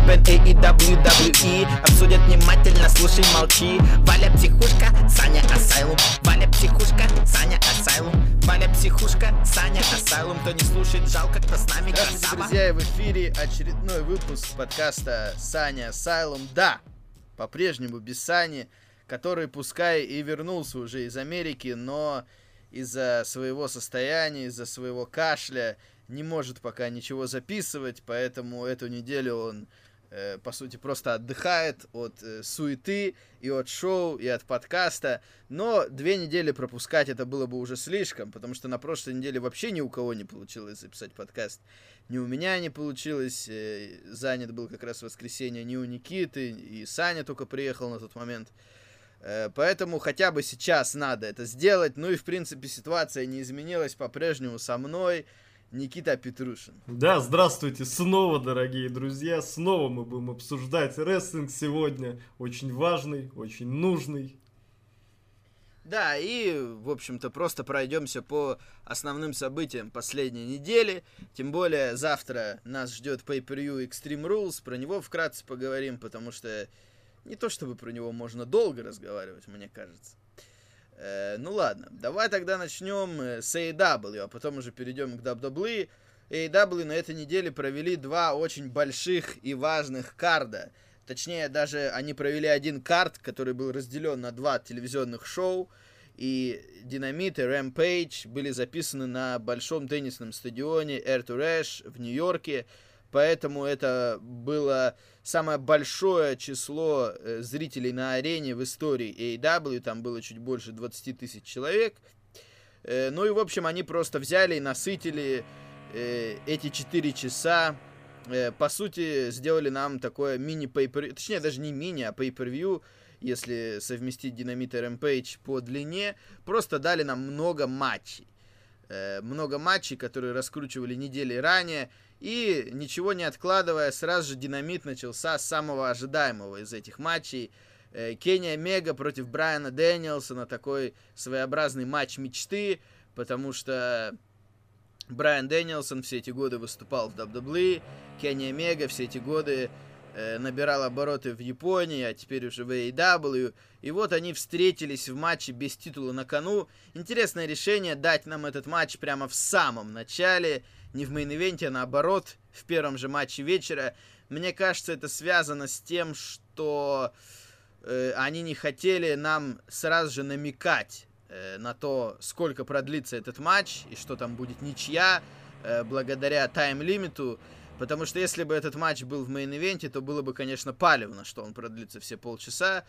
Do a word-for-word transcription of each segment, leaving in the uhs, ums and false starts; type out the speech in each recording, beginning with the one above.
Open эй и дабл ю дабл ю и. Обсудят внимательно, слушай, молчи. Валя психушка, Саня Асайлум. Валя психушка, Саня Асайлум. Валя психушка, Саня Асайлум. Кто не слушает, жалко, кто с нами. Здравствуйте, друзья, в эфире очередной выпуск подкаста Саня Асайлум. Да, по-прежнему без Сани, который пускай и вернулся уже из Америки, но из-за своего состояния, из-за своего кашля не может пока ничего записывать, поэтому эту неделю он, э, по сути, просто отдыхает от э, суеты и от шоу, и от подкаста. Но две недели пропускать это было бы уже слишком, потому что на прошлой неделе вообще ни у кого не получилось записать подкаст. Ни у меня не получилось, э, занят был как раз в воскресенье, ни у Никиты, и Саня только приехал на тот момент. Поэтому хотя бы сейчас надо это сделать. Ну и в принципе ситуация не изменилась, по-прежнему со мной Никита Петрушин. Да, здравствуйте снова, дорогие друзья. Снова мы будем обсуждать рестлинг сегодня. Очень важный, очень нужный. Да, и, в общем-то, просто пройдемся по основным событиям последней недели. Тем более завтра нас ждет Pay-Per-View Extreme Rules. Про него вкратце поговорим, потому что не то чтобы про него можно долго разговаривать, мне кажется. Э, ну ладно, давай тогда начнем с эй и дабл ю, а потом уже перейдем к дабл ю дабл ю и. эй и дабл ю на этой неделе провели два очень больших и важных карда. Точнее, даже они провели один кард, который был разделен на два телевизионных шоу. И Динамит и Rampage были записаны на большом теннисном стадионе Air to Rash в Нью-Йорке. Поэтому это было самое большое число э, зрителей на арене в истории эй и дабл ю. Там было чуть больше двадцать тысяч человек. Э, ну и, в общем, они просто взяли и насытили э, эти четыре часа. Э, по сути, сделали нам такое мини-пейпер... Точнее, даже не мини, а pay-per-view, если совместить Динамит и Rampage по длине. Просто дали нам много матчей. Э, много матчей, которые раскручивали недели ранее. И, ничего не откладывая, сразу же Динамит начался с самого ожидаемого из этих матчей. Э, Кенни Омега против Брайана Дэниелсона. Такой своеобразный матч мечты, потому что Брайан Дэниелсон все эти годы выступал в дабл ю дабл ю и. Кенни Омега все эти годы э, набирал обороты в Японии, а теперь уже в эй и дабл ю. И вот они встретились в матче без титула на кону. Интересное решение дать нам этот матч прямо в самом начале. Не в мейн-ивенте, а наоборот, в первом же матче вечера. Мне кажется, это связано с тем, что э, они не хотели нам сразу же намекать э, на то, сколько продлится этот матч, и что там будет ничья, э, благодаря тайм-лимиту. Потому что если бы этот матч был в мейн-ивенте, то было бы, конечно, палевно, что он продлится все полчаса.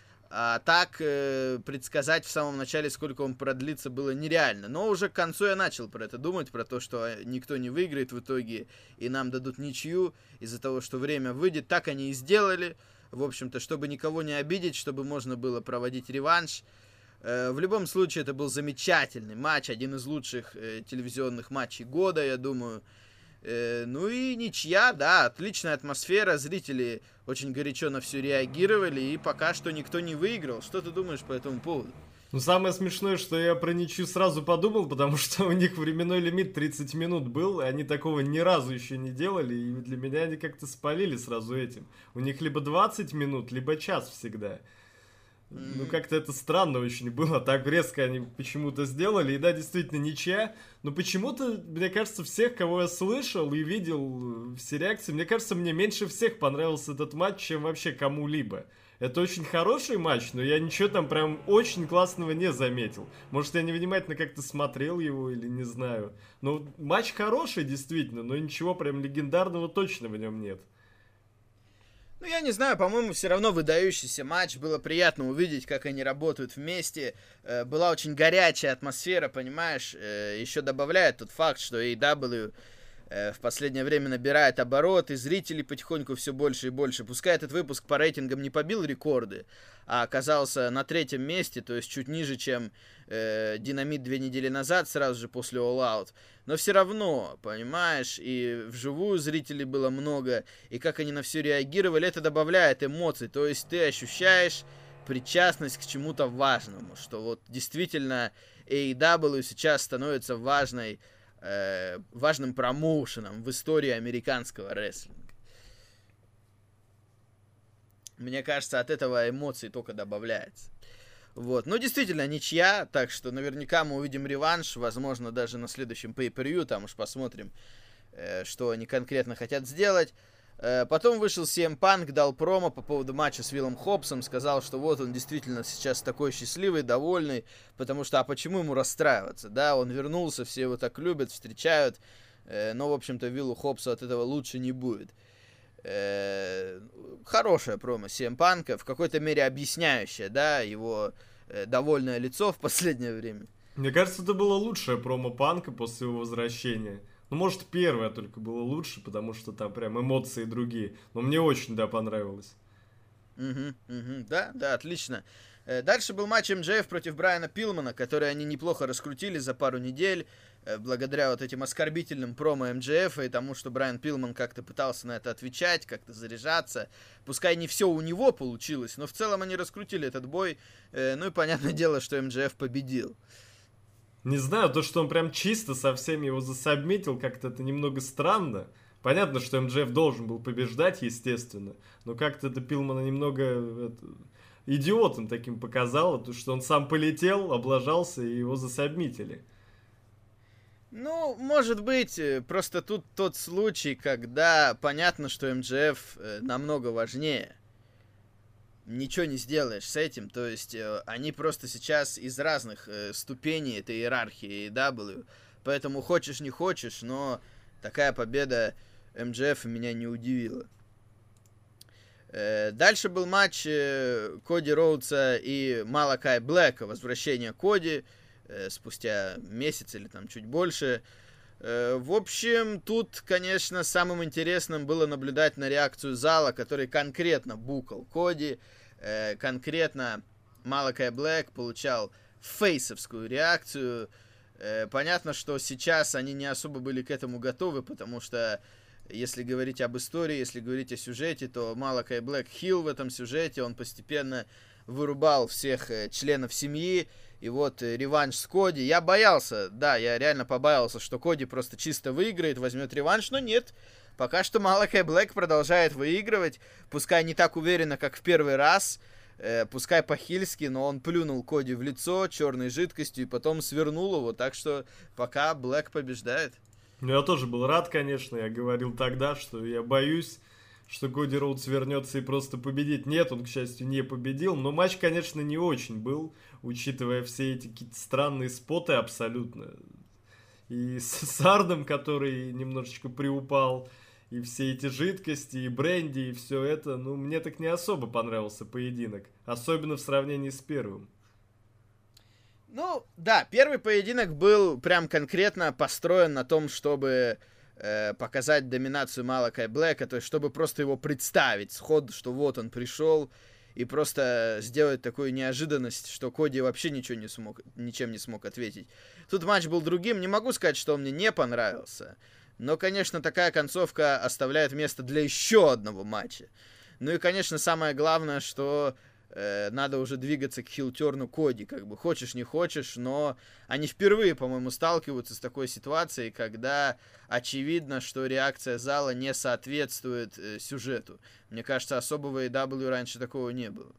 А так, э, предсказать в самом начале, сколько он продлится, было нереально. Но уже к концу я начал про это думать, про то, что никто не выиграет в итоге, и нам дадут ничью из-за того, что время выйдет. Так они и сделали, в общем-то, чтобы никого не обидеть, чтобы можно было проводить реванш. Э, в любом случае, это был замечательный матч, один из лучших э, телевизионных матчей года, я думаю. Э, ну и ничья, да, отличная атмосфера, зрители очень горячо на все реагировали, и пока что никто не выиграл. Что ты думаешь по этому поводу? Ну, самое смешное, что я про ничью сразу подумал, потому что у них временной лимит тридцать минут был, и они такого ни разу еще не делали, и для меня они как-то спалили сразу этим. У них либо двадцать минут, либо час всегда. Ну, как-то это странно очень было, так резко они почему-то сделали, и да, действительно, ничья, но почему-то, мне кажется, всех, кого я слышал и видел все реакции, мне кажется, мне меньше всех понравился этот матч, чем вообще кому-либо. Это очень хороший матч, но я ничего там прям очень классного не заметил. Может, я невнимательно как-то смотрел его или не знаю. Но матч хороший, действительно, но ничего прям легендарного точно в нем нет. Ну, я не знаю, по-моему, все равно выдающийся матч. Было приятно увидеть, как они работают вместе. Э, была очень горячая атмосфера, понимаешь. Э, еще добавляет тот факт, что эй и дабл ю э, в последнее время набирает обороты, зрителей потихоньку все больше и больше. Пускай этот выпуск по рейтингам не побил рекорды, а оказался на третьем месте, то есть чуть ниже, чем э, Динамит две недели назад, сразу же после All Out. Но все равно, понимаешь, и вживую зрителей было много, и как они на все реагировали, это добавляет эмоций. То есть ты ощущаешь причастность к чему-то важному, что вот действительно эй и дабл ю сейчас становится важной, э, важным промоушеном в истории американского рестлинга. Мне кажется, от этого эмоций только добавляется. Вот. Ну, действительно, ничья, так что наверняка мы увидим реванш, возможно, даже на следующем pay-per-view, там уж посмотрим, э, что они конкретно хотят сделать. Э, потом вышел си эм Punk, дал промо по поводу матча с Виллом Хоббсом, сказал, что вот он действительно сейчас такой счастливый, довольный, потому что, а почему ему расстраиваться, да, он вернулся, все его так любят, встречают, э, но, в общем-то, Виллу Хоббсу от этого лучше не будет. Э, хорошая промо си эм Punk, в какой-то мере объясняющая, да, его э, довольное лицо в последнее время. Мне кажется, это было лучшее промо Панка после его возвращения. Ну, может, первое только было лучше, потому что там прям эмоции другие. Но мне очень, да, понравилось. Угу, угу, да, да, отлично. Э, дальше был матч эм джей эф против Брайана Пилмана, который они неплохо раскрутили за пару недель, э, благодаря вот этим оскорбительным промо эм джей эф и тому, что Брайан Пилман как-то пытался на это отвечать, как-то заряжаться. Пускай не все у него получилось, но в целом они раскрутили этот бой. Э, ну и понятное дело, что эм джей эф победил. Не знаю, то, что он прям чисто со всеми его засабмитил, как-то это немного странно. Понятно, что эм джей эф должен был побеждать, естественно, но как-то это Пилмана немного это, идиотом таким показало, то, что он сам полетел, облажался и его засабмитили. Ну, может быть, просто тут тот случай, когда понятно, что эм джей эф намного важнее. Ничего не сделаешь с этим, то есть э, они просто сейчас из разных э, ступеней этой иерархии эй и дабл ю, поэтому хочешь не хочешь, но такая победа эм джей эф меня не удивила. Э, дальше был матч э, Коди Роудса и Малакай Блэка, возвращение Коди э, спустя месяц или там чуть больше. Э, в общем, тут, конечно, самым интересным было наблюдать на реакцию зала, который конкретно букал Коди. Э, конкретно Малакай Блэк получал фейсовскую реакцию. Э, понятно, что сейчас они не особо были к этому готовы, потому что, если говорить об истории, если говорить о сюжете, то Малакай Блэк хил в этом сюжете, он постепенно вырубал всех э, членов семьи. И вот э, реванш с Коди. Я боялся, да, я реально побоялся, что Коди просто чисто выиграет, возьмет реванш, но нет. Пока что Малакай Блэк продолжает выигрывать, пускай не так уверенно, как в первый раз, э, пускай по-хильски, но он плюнул Коди в лицо черной жидкостью и потом свернул его, так что пока Блэк побеждает. Ну, я тоже был рад, конечно, я говорил тогда, что я боюсь, что Коди Роудс вернется и просто победит. Нет, он, к счастью, не победил, но матч, конечно, не очень был, учитывая все эти какие-то странные споты абсолютно. И с Сардом, который немножечко приупал, и все эти жидкости, и бренди, и все это, ну, мне так не особо понравился поединок. Особенно в сравнении с первым. Ну, да, первый поединок был прям конкретно построен на том, чтобы э, показать доминацию Малакай Блэка, то есть чтобы просто его представить сходу, что вот он пришел, и просто сделать такую неожиданность, что Коди вообще ничего не смог, ничем не смог ответить. Тут матч был другим, не могу сказать, что он мне не понравился. Но, конечно, такая концовка оставляет место для еще одного матча. Ну и, конечно, самое главное, что э, надо уже двигаться к хилтерну Коди. Как бы хочешь, не хочешь, но они впервые, по-моему, сталкиваются с такой ситуацией, когда очевидно, что реакция зала не соответствует э, сюжету. Мне кажется, особо в эй и дабл ю раньше такого не было.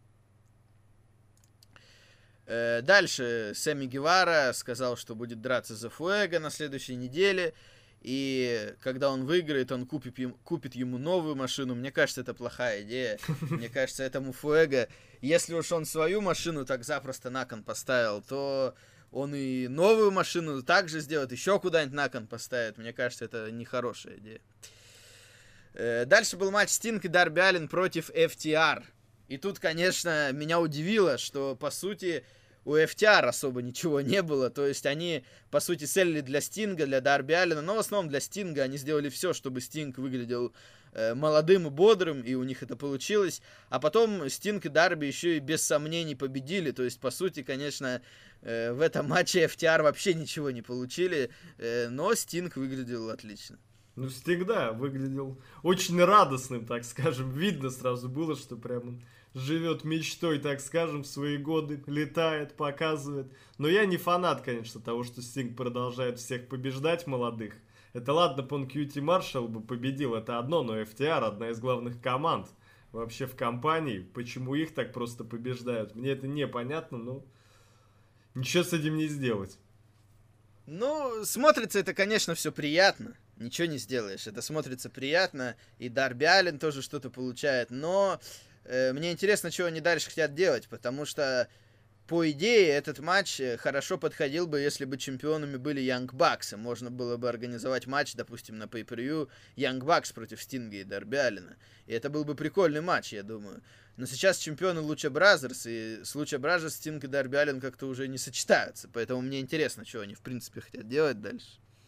Э, дальше Сэмми Гевара сказал, что будет драться за Фуэго на следующей неделе. И когда он выиграет, он купит, купит ему новую машину. Мне кажется, это плохая идея. Мне кажется, этому Фуэго, если уж он свою машину так запросто на кон поставил, то он и новую машину также сделает, еще куда-нибудь на кон поставит. Мне кажется, это нехорошая идея. Дальше был матч Стинг и Дарби Аллин против эф ти ар. И тут, конечно, меня удивило, что, по сути, у эф ти ар особо ничего не было, то есть они, по сути, селили для Стинга, для Дарби Аллина, но в основном для Стинга они сделали все, чтобы Стинг выглядел э, молодым и бодрым, и у них это получилось, а потом Стинг и Дарби еще и без сомнений победили, то есть, по сути, конечно, э, в этом матче эф ти ар вообще ничего не получили, э, но Стинг выглядел отлично. Ну, Стинг, да, выглядел очень радостным, так скажем, видно сразу было, что прям он живет мечтой, так скажем, в свои годы, летает, показывает. Но я не фанат, конечно, того, что Стинг продолжает всех побеждать молодых. Это ладно, Пон Кьюти Маршалл бы победил, это одно, но эф ти ар одна из главных команд вообще в компании. Почему их так просто побеждают? Мне это непонятно, но ничего с этим не сделать. Ну, смотрится это, конечно, все приятно. Ничего не сделаешь. Это смотрится приятно. И Дарби Аллин тоже что-то получает. Но э, мне интересно, что они дальше хотят делать. Потому что, по идее, этот матч хорошо подходил бы, если бы чемпионами были Young Bucks. Можно было бы организовать матч, допустим, на Pay-Per-View Young Bucks против Стинга и Дарби Аллина. И это был бы прикольный матч, я думаю. Но сейчас чемпионы Луча Бразерс, и с Луча Бразерс Стинг и Дарби Аллин как-то уже не сочетаются. Поэтому мне интересно, что они, в принципе, хотят делать дальше.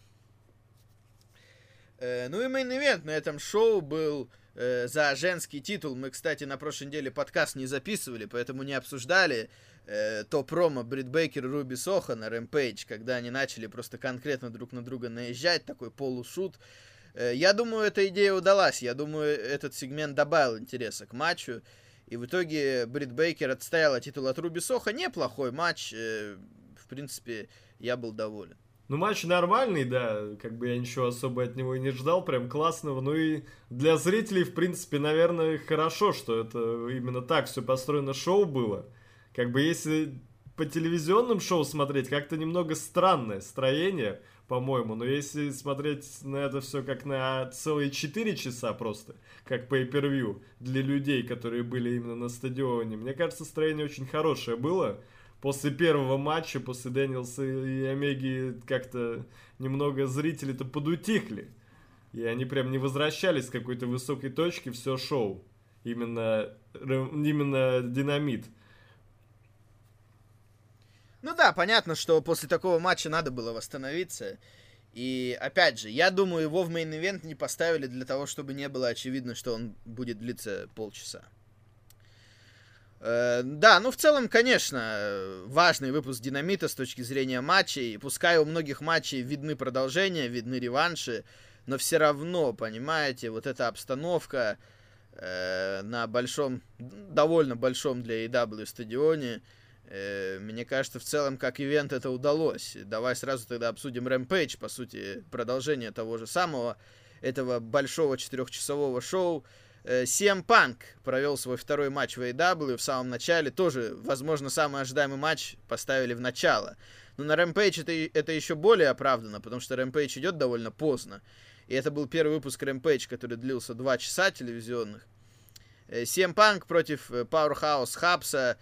Э, ну и мейн-ивент на этом шоу был э, за женский титул. Мы, кстати, на прошлой неделе подкаст не записывали, поэтому не обсуждали э, то промо Брит Бейкер и Руби Сохо на Rampage, когда они начали просто конкретно друг на друга наезжать, такой полушут. Э, я думаю, эта идея удалась. Я думаю, этот сегмент добавил интереса к матчу. И в итоге Брит Бейкер отстояла титул от Руби Сохо. Неплохой матч. Э, в принципе, я был доволен. Ну, матч нормальный, да, как бы я ничего особо от него и не ждал, прям классного. Ну и для зрителей, в принципе, наверное, хорошо, что это именно так все построено, шоу было. Как бы если по телевизионным шоу смотреть, как-то немного странное строение, по-моему. Но если смотреть на это все как на целые четыре часа просто, как pay-per-view для людей, которые были именно на стадионе, мне кажется, строение очень хорошее было. После первого матча, после Дэниелса и Омеги, как-то немного зрители-то подутихли. И они прям не возвращались с какой-то высокой точки все шоу. Именно, именно Динамит. Ну да, понятно, что после такого матча надо было восстановиться. И опять же, я думаю, его в мейн-ивент не поставили для того, чтобы не было очевидно, что он будет длиться полчаса. Э, да, ну в целом, конечно, важный выпуск Динамита с точки зрения матчей. Пускай у многих матчей видны продолжения, видны реванши, но все равно, понимаете, вот эта обстановка э, на большом, довольно большом для эй дабл ю стадионе, э, мне кажется, в целом, как ивент это удалось. Давай сразу тогда обсудим Rampage, по сути, продолжение того же самого, этого большого четырехчасового шоу. си эм Punk провел свой второй матч в эй дабл ю в самом начале. Тоже, возможно, самый ожидаемый матч поставили в начало. Но на Rampage это, это еще более оправдано, потому что Rampage идет довольно поздно. И это был первый выпуск Rampage, который длился два часа телевизионных. си эм Punk против Powerhouse Хабса.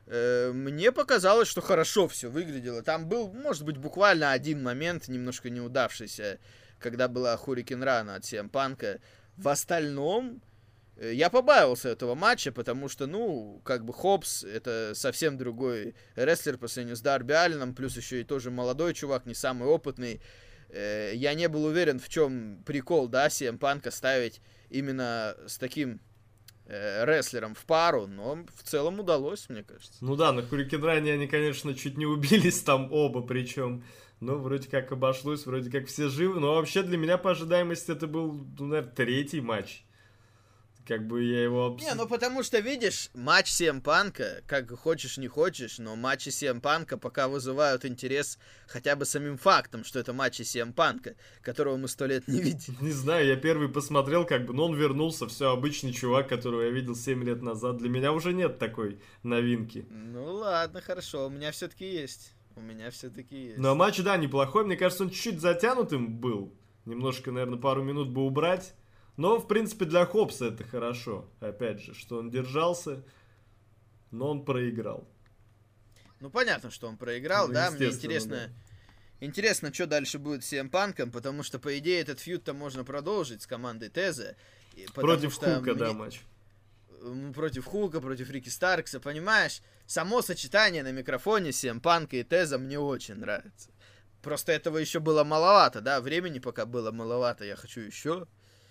Мне показалось, что хорошо все выглядело. Там был, может быть, буквально один момент, немножко неудавшийся, когда была Hurricane Run от си эм Punk. В остальном... Я побаивался этого матча, потому что, ну, как бы Хоббс — это совсем другой рестлер по сравнению с Дарби Аллином, плюс еще и тоже молодой чувак, не самый опытный. Я не был уверен, в чем прикол, да, си эм Punk ставить именно с таким э, рестлером в пару, но в целом удалось, мне кажется. Ну да, на Hurricane Run они, конечно, чуть не убились там оба, причем... Но вроде как обошлось, вроде как все живы. Но вообще для меня по ожидаемости это был, ну, наверное, третий матч. Как бы я его... Не, ну потому что, видишь, матч си эм Punk, как хочешь не хочешь, но матчи си эм Punk пока вызывают интерес хотя бы самим фактом, что это матчи си эм Punk, которого мы сто лет не видели. Не знаю, я первый посмотрел, как бы, но он вернулся, все, обычный чувак, которого я видел семь лет назад. Для меня уже нет такой новинки. Ну ладно, хорошо, у меня все-таки есть. У меня все-таки есть. Ну а матч, да, неплохой, мне кажется, он чуть-чуть затянутым был. Немножко, наверное, пару минут бы убрать. Но, в принципе, для Хоббса это хорошо. Опять же, что он держался, но он проиграл. Ну, понятно, что он проиграл, ну, да. Мне интересно, да. интересно, что дальше будет с си эм Punk, потому что, по идее, этот фьюд-то можно продолжить с командой Теза. Против Хука, мне... да, матч. Против Хука, против Рики Старкса, понимаешь? Само сочетание на микрофоне си эм Punk и Теза мне очень нравится. Просто этого еще было маловато, да. Времени пока было маловато, я хочу еще...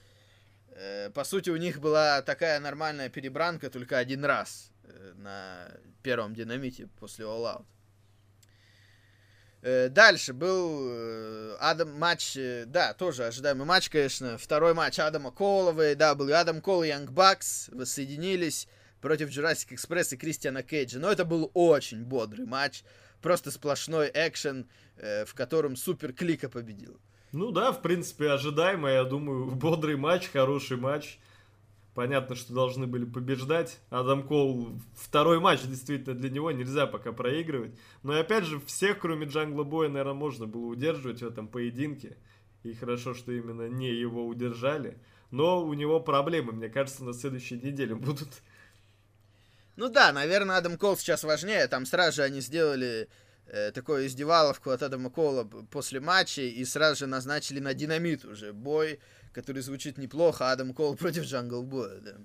По сути, у них была такая нормальная перебранка только один раз на первом Динамите после All Out. Дальше был Адам матч, да, тоже ожидаемый матч, конечно. Второй матч Адама Коула в эй дабл ю. Адам Коул и Young Bucks воссоединились против Jurassic Express и Кристиана Кейджа. Но это был очень бодрый матч. Просто сплошной экшен, в котором Супер Клика победил. Ну да, в принципе, ожидаемо, я думаю, бодрый матч, хороший матч. понятно, что должны были побеждать. Адам Кол, второй матч действительно для него нельзя пока проигрывать. Но и опять же, всех, кроме Джангла Боя, наверное, можно было удерживать в этом поединке. И хорошо, что именно не его удержали. Но у него проблемы, мне кажется, на следующей неделе будут. Ну да, наверное, Адам Кол сейчас важнее. Там сразу же они сделали э, такую издеваловку от Адама Кола после матча и сразу же назначили на Динамит уже бой, который звучит неплохо. Адам Кол против Джангл Боя, да.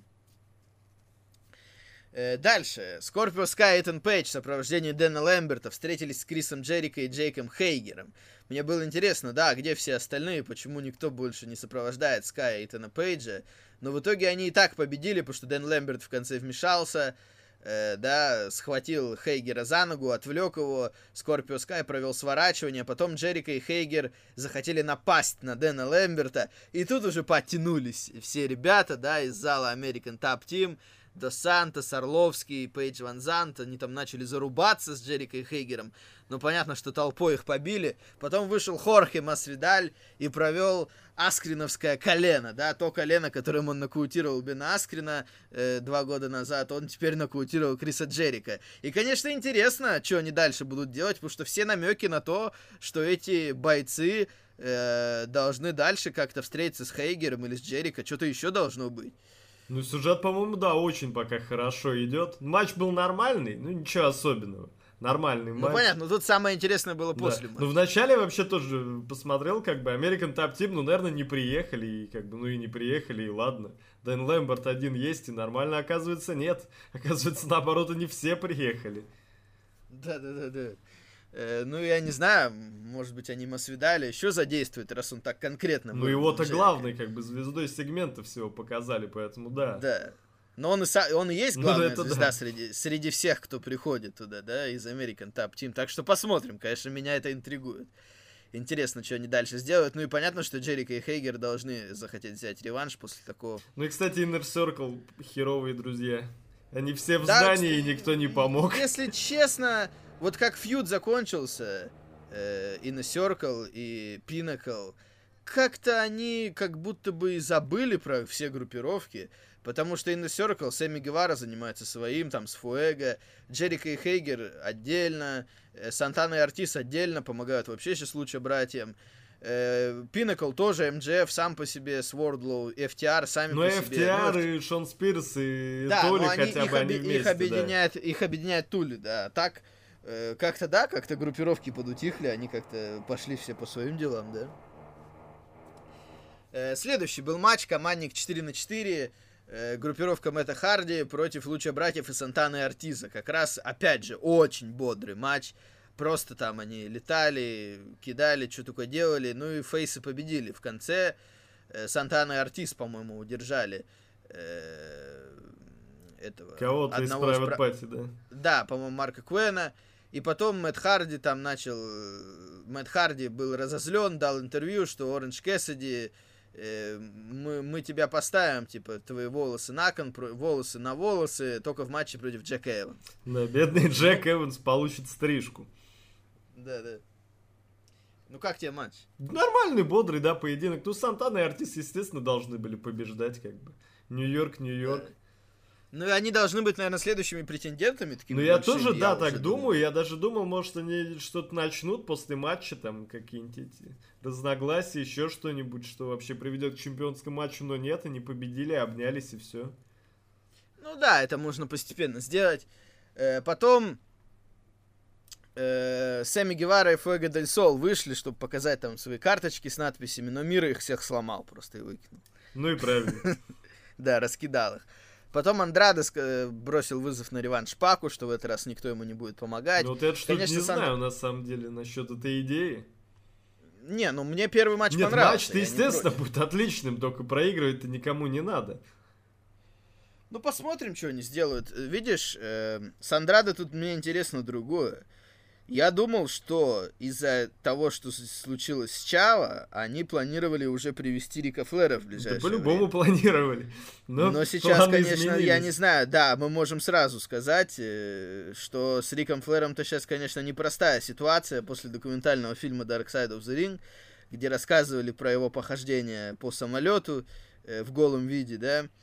Э, дальше. Скорпио Скай и Этан Пейдж в сопровождении Дэна Лэмберта встретились с Крисом Джерико и Джейком Хейгером. Мне было интересно, да, где все остальные, почему никто больше не сопровождает Ская и Этана Пейджа. Но в итоге они и так победили, потому что Дэн Лэмберт в конце вмешался, э, да, схватил Хейгера за ногу, отвлек его, Скорпио Скай провел сворачивание, потом Джерико и Хейгер захотели напасть на Дэна Лэмберта, и тут уже подтянулись все ребята, да, из зала American Top Team, Дос Сантос, Орловский, Пейдж Ван Зант, они там начали зарубаться с Джерико и Хейгером, но понятно, что толпой их побили. Потом вышел Хорхе Масвидаль и провел аскриновское колено, да, то колено, которым он нокаутировал Бена Аскрина э, два года назад, он теперь нокаутировал Криса Джерико. И, конечно, интересно, что они дальше будут делать, потому что все намеки на то, что эти бойцы э, должны дальше как-то встретиться с Хейгером или с Джерико, что-то еще должно быть. Ну, сюжет, по-моему, да, очень пока хорошо идет. Матч был нормальный, ну, ничего особенного. Нормальный матч. Ну, понятно, но тут самое интересное было после да. матча. Ну, вначале вообще тоже посмотрел, как бы, American Top Team, ну, наверное, не приехали, и как бы, ну, и не приехали, и ладно. Дэн Лэмберт один есть, и нормально, оказывается, нет. Оказывается, наоборот, они все приехали. Да-да-да-да. Э, ну, я не знаю, может быть, они Масвидали еще задействуют, раз он так конкретно... Ну, его-то главной, как бы, звездой сегмента всего показали, поэтому да. Да. Но он и, са- он и есть главная ну, звезда да. среди, среди всех, кто приходит туда, да, из American Top Team. Так что посмотрим, конечно, меня это интригует. Интересно, что они дальше сделают. Ну и понятно, что Джерико и Хейгер должны захотеть взять реванш после такого. Ну и, кстати, Inner Circle херовые друзья. Они все в да, здании, и никто не помог. Если честно, вот как фьюд закончился, э, Inner Circle и Pinnacle, как-то они как будто бы и забыли про все группировки. Потому что Inner Circle, Сэмми Гевара занимается своим, там, с Фуэго, Джерико и Хейгер отдельно, Сантана и Ортис отдельно, помогают вообще сейчас лучше братьям. Pinnacle тоже, эм джей эф сам по себе, с Wardlow, эф ти ар сами ну, по эф ти себе. ар Ну, и Шон Спирс и да, Тули они, хотя их бы они оби- вместе, их объединяет, да. их объединяет Тули, да. Так, э, как-то да, как-то группировки подутихли, они как-то пошли все по своим делам, да. Э, следующий был матч, командник четыре на четыре. Группировка Мэтта Харди против Луча Братьев и Сантаны и Ортиза. Как раз, опять же, очень бодрый матч. Просто там они летали, кидали, что только делали. Ну и фейсы победили. В конце э, Сантана и Ортиз, по-моему, удержали э, этого... Кого-то из Private Party, да. Да, по-моему, Марка Куэна. И потом Мэтт Харди там начал... Мэтт Харди был разозлен, дал интервью, что Оранж Кэссиди... Мы, мы тебя поставим, типа, твои волосы на кон, волосы на волосы, только в матче против Джека Эванса. Да, бедный Джек Эванс получит стрижку. Да, да. Ну как тебе матч? Нормальный, бодрый, да, поединок. Ну, Сантана и Ортис, естественно, должны были побеждать, как бы. Нью-Йорк, Нью-Йорк. Да. Ну и они должны быть, наверное, следующими претендентами. Такими ну я большими, тоже, да, я так думаю. думаю. Я даже думал, может, они что-то начнут после матча, там, какие-нибудь эти разногласия, еще что-нибудь, что вообще приведет к чемпионскому матчу, но нет, они победили, обнялись и все. Ну да, это можно постепенно сделать. Э, потом э, Сэмми Гевара и Фуэго дель Сол вышли, чтобы показать там свои карточки с надписями, но Мира их всех сломал просто и выкинул. Ну и правильно. Да, раскидал их. Потом Андрадес бросил вызов на реванш Паку, что в этот раз никто ему не будет помогать. Ну вот это что-то не сам... знаю, на самом деле, насчет этой идеи. Не, ну мне первый матч Нет, понравился. матч-то, естественно, будет отличным, только проигрывать-то никому не надо. Ну посмотрим, что они сделают. Видишь, э, с Андрадо тут мне интересно другое. Я думал, что из-за того, что случилось с Чаво, они планировали уже привести Рика Флера в ближайшее Да по-любому время. планировали. Но, Но сейчас, конечно, изменились. я не знаю. Да, мы можем сразу сказать, что с Риком Флером-то сейчас, конечно, непростая ситуация после документального фильма Dark Side of the Ring, где рассказывали про его похождение по самолету в голом виде, да.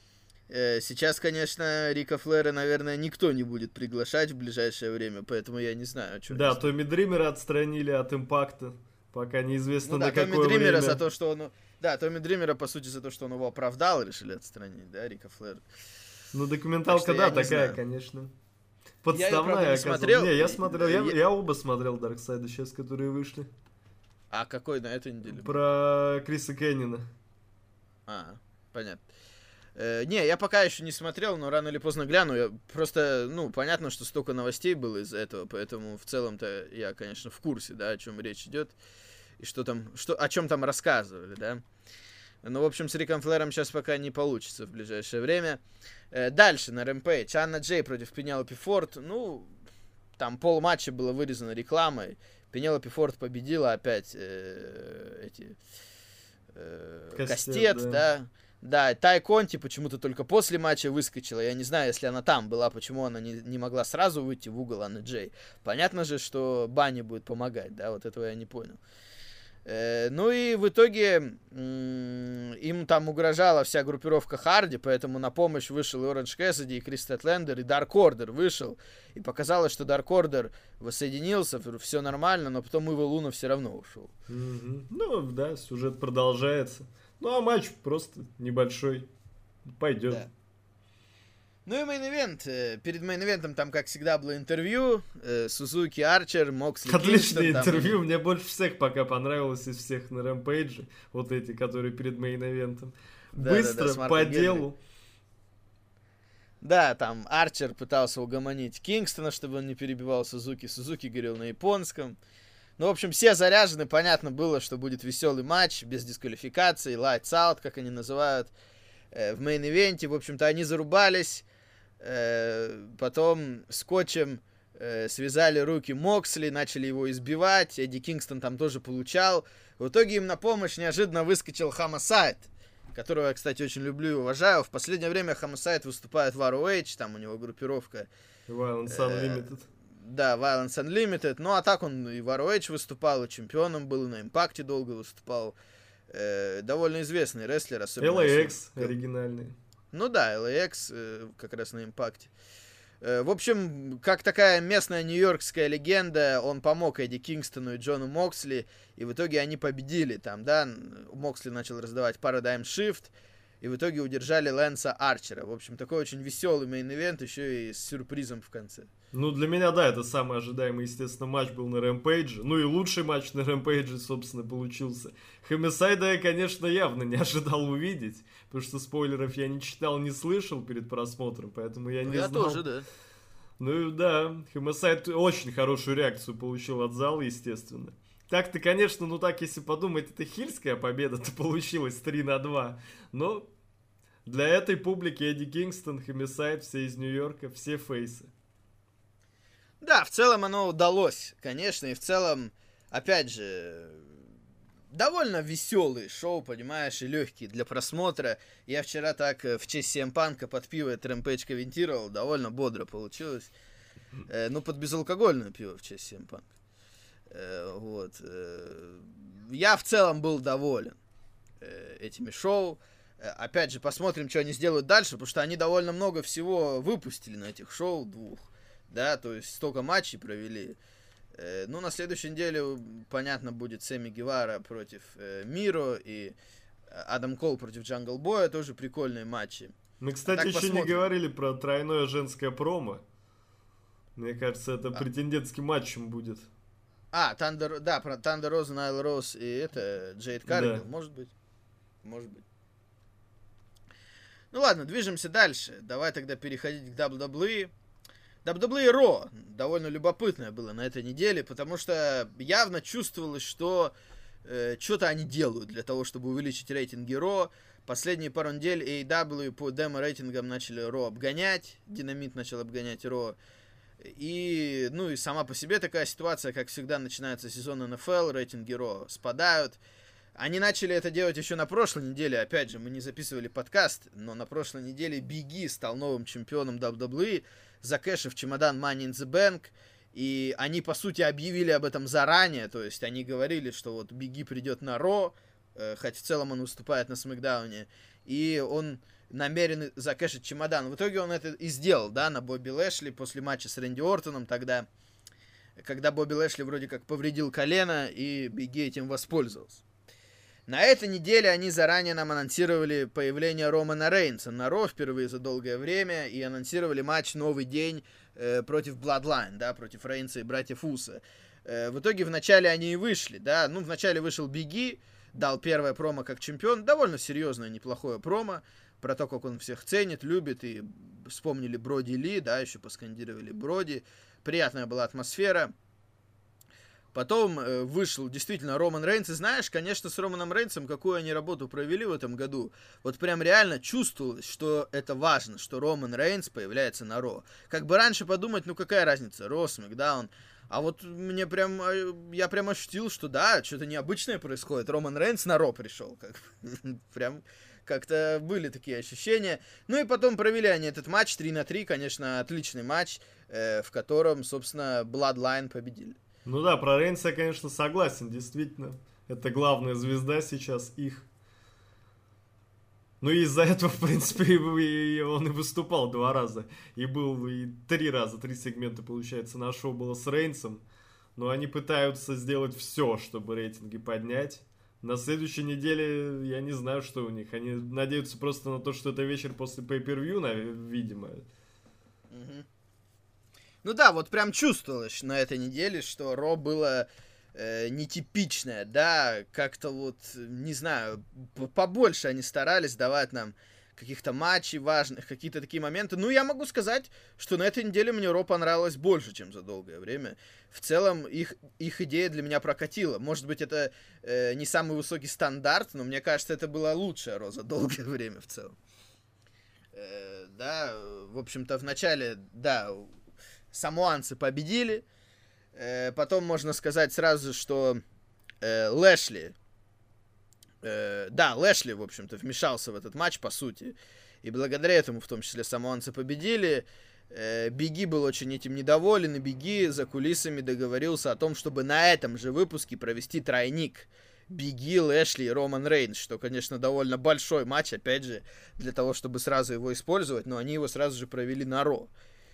Э, сейчас, конечно, Рика Флэра, наверное, никто не будет приглашать в ближайшее время, поэтому я не знаю, что. Да, Томми Дримера отстранили от Импакта, пока неизвестно ну, на да, какое Томми Дримера время. за то, что он... Да, Томми Дримера, по сути, за то, что он его оправдал, решили отстранить, да, Рика Флэра. Ну, документалка, так да, такая, знаю. Конечно. Подставная, я, правда, не оказывается. смотрел. Не, я смотрел, я, я... я оба смотрел Дарксайда сейчас, которые вышли. А какой на этой неделе? Про Криса Кеннина. А, понятно. Э, не, я пока еще не смотрел, но рано или поздно гляну. Я просто, ну, понятно, что столько новостей было из-за этого, поэтому в целом-то я, конечно, в курсе, да, о чем речь идет и что там, что, о чем там рассказывали, да. Ну, в общем, с Риком Флэром сейчас пока не получится в ближайшее время. Э, дальше на Рэмпейдж. Анна Джей против Пенелопи Форд. Ну, там полматча было вырезано рекламой. Пенелопи Форд победила опять э, эти э, Кастет, Кастет, да. да. Да, Тай Конти почему-то только после матча выскочила. Я не знаю, если она там была, почему она не, не могла сразу выйти в угол Анны Джей. Понятно же, что Банни будет помогать, да, вот этого я не понял. Э, ну и в итоге м- им там угрожала вся группировка Харди, поэтому на помощь вышел и Оранж Кэссиди, и Крис Стэтлендер, и Дарк Ордер вышел. И показалось, что Дарк Ордер воссоединился, все нормально, но потом Ива Луна все равно ушел. Мгм. Ну, да, сюжет продолжается. Ну, а матч просто небольшой. Пойдет. Да. Ну и мейн-ивент. Перед мейн-ивентом там, как всегда, было интервью. э, Сузуки, Арчер, Моксли, Отличное Кингстон, там- интервью. Мне больше всех пока понравилось из всех на Рэмпейдже. Вот эти, которые перед мейн-эвентом. Да, Быстро, да, да, с Марком по Генри. делу. Да, там Арчер пытался угомонить Кингстона, чтобы он не перебивал Сузуки. Сузуки говорил на японском. Ну, в общем, все заряжены. Понятно было, что будет веселый матч, без дисквалификации, lights out, как они называют, э, в мейн-ивенте. В общем-то, они зарубались. Э, потом скотчем э, связали руки Моксли, начали его избивать. Эдди Кингстон там тоже получал. В итоге им на помощь неожиданно выскочил Хамасайд, которого я, кстати, очень люблю и уважаю. В последнее время Хамасайд выступает в ар о эйч, там у него группировка. Violence Э, Unlimited. Да, Violence Unlimited. Ну, а так он и в ар о эйч выступал, и чемпионом был, и на Импакте долго выступал. Э, довольно известный рестлер, особенно... эл эй если- экс оригинальный. Ну да, эл эй экс э, как раз на Импакте. Э, в общем, как такая местная нью-йоркская легенда, он помог Эдди Кингстону и Джону Моксли, и в итоге они победили там, да. Моксли начал раздавать Paradigm Shift, и в итоге удержали Лэнса Арчера. В общем, такой очень веселый мейн-ивент, еще и с сюрпризом в конце. Ну, для меня, да, это самый ожидаемый, естественно, матч был на Рэмпейдже. Ну и лучший матч на Рэмпейдже, собственно, получился. Хомисайда я, конечно, явно не ожидал увидеть, потому что спойлеров я не читал, не слышал перед просмотром, поэтому я не я знал. тоже, да. Ну и да, Хомисайд очень хорошую реакцию получил от зала, естественно. Так-то, конечно, ну так, если подумать, это хильская победа-то получилась три на два. Но для этой публики Эдди Кингстон, Хомисайд, все из Нью-Йорка, все фейсы. Да, в целом оно удалось, конечно, и в целом, опять же, довольно веселый шоу, понимаешь, и легкий для просмотра. Я вчера так э, в честь си эм Панка под пиво этот Рэмпейдж комментировал, довольно бодро получилось. Э, ну, под безалкогольное пиво в честь си эм Панка. Э, вот. Э, я в целом был доволен э, этими шоу. Э, опять же, посмотрим, что они сделают дальше, потому что они довольно много всего выпустили на этих шоу двух. Да, то есть столько матчей провели. Э, ну, на следующей неделе, понятно, будет Сэмми Гевара против э, Миро и Адам Кол против Джангл Боя. Тоже прикольные матчи. Мы, кстати, Так, еще посмотрим. не говорили про тройное женское промо. Мне кажется, это А. претендентским матчем будет. А, Тандер, да, про Тандер Роз, Найл Роуз и это, Джейд Карригал, Да. может быть. Может быть. Ну ладно, движемся дальше. Давай тогда переходить к дабл ю дабл ю и. дабл ю дабл ю и Raw довольно любопытное было на этой неделе, потому что явно чувствовалось, что э, что-то они делают для того, чтобы увеличить рейтинги Raw. Последние пару недель эй и дабл ю по демо-рейтингам начали Raw обгонять, Динамит начал обгонять Raw. И, ну и сама по себе такая ситуация, как всегда, начинается сезон эн эф эл, рейтинги Raw спадают. Они начали это делать еще на прошлой неделе. Опять же, мы не записывали подкаст, но на прошлой неделе Биг И стал новым чемпионом дабл ю дабл ю и, закэшив чемодан Money in the Bank. И они, по сути, объявили об этом заранее. То есть они говорили, что вот Биг И придет на Ро, э, хотя в целом он выступает на Смэкдауне. И он намерены закэшить чемодан. В итоге он это и сделал, да, на Бобби Лэшли после матча с Рэнди Ортоном тогда, когда Бобби Лэшли вроде как повредил колено, и Биг И этим воспользовался. На этой неделе они заранее нам анонсировали появление Романа Рейнса на Ро впервые за долгое время, и анонсировали матч «Новый день» э, против Bloodline, да, против Рейнса и братьев Уса. Э, в итоге вначале они и вышли, да, ну, вначале вышел Биг И, дал первое промо как чемпион, довольно серьезное, неплохое промо, про то, как он всех ценит, любит, и вспомнили Броди Ли, да, еще поскандировали Броди, приятная была атмосфера. Потом э, вышел действительно Роман Рейнс, и знаешь, конечно, с Романом Рейнсом, какую они работу провели в этом году, вот прям реально чувствовалось, что это важно, что Роман Рейнс появляется на Ро. Как бы раньше подумать, ну какая разница, Ро, Смэкдаун, а вот мне прям, я прям ощутил, что да, что-то необычное происходит, Роман Рейнс на Ро пришел, как прям как-то были такие ощущения. Ну и потом провели они этот матч три на три, конечно, отличный матч, э, в котором, собственно, Bloodline победили. Ну да, про Рейнса я, конечно, согласен, действительно. Это главная звезда сейчас их. Ну и из-за этого, в принципе, он и выступал два раза. И был и три раза, три сегмента, получается, на шоу было с Рейнсом. Но они пытаются сделать все, чтобы рейтинги поднять. На следующей неделе я не знаю, что у них. Они надеются просто на то, что это вечер после pay-per-view, видимо. Угу. Ну да, вот прям чувствовалось на этой неделе, что Ро было э, нетипичное, да, как-то вот, не знаю, побольше они старались давать нам каких-то матчей важных, какие-то такие моменты. Ну, я могу сказать, что на этой неделе мне Ро понравилось больше, чем за долгое время. В целом, их, их идея для меня прокатила. Может быть, это э, не самый высокий стандарт, но мне кажется, это было лучшее Ро за долгое время в целом. Э, да, в общем-то, в начале, да... Самоанцы победили. Э, потом можно сказать сразу, что э, Лэшли... Э, да, Лэшли, в общем-то, вмешался в этот матч, по сути. И благодаря этому, в том числе, самоанцы победили. Э, Биг И был очень этим недоволен, и Биг И за кулисами договорился о том, чтобы на этом же выпуске провести тройник. Биг И, Лэшли и Роман Рейнс, что, конечно, довольно большой матч, опять же, для того, чтобы сразу его использовать, но они его сразу же провели на Ро.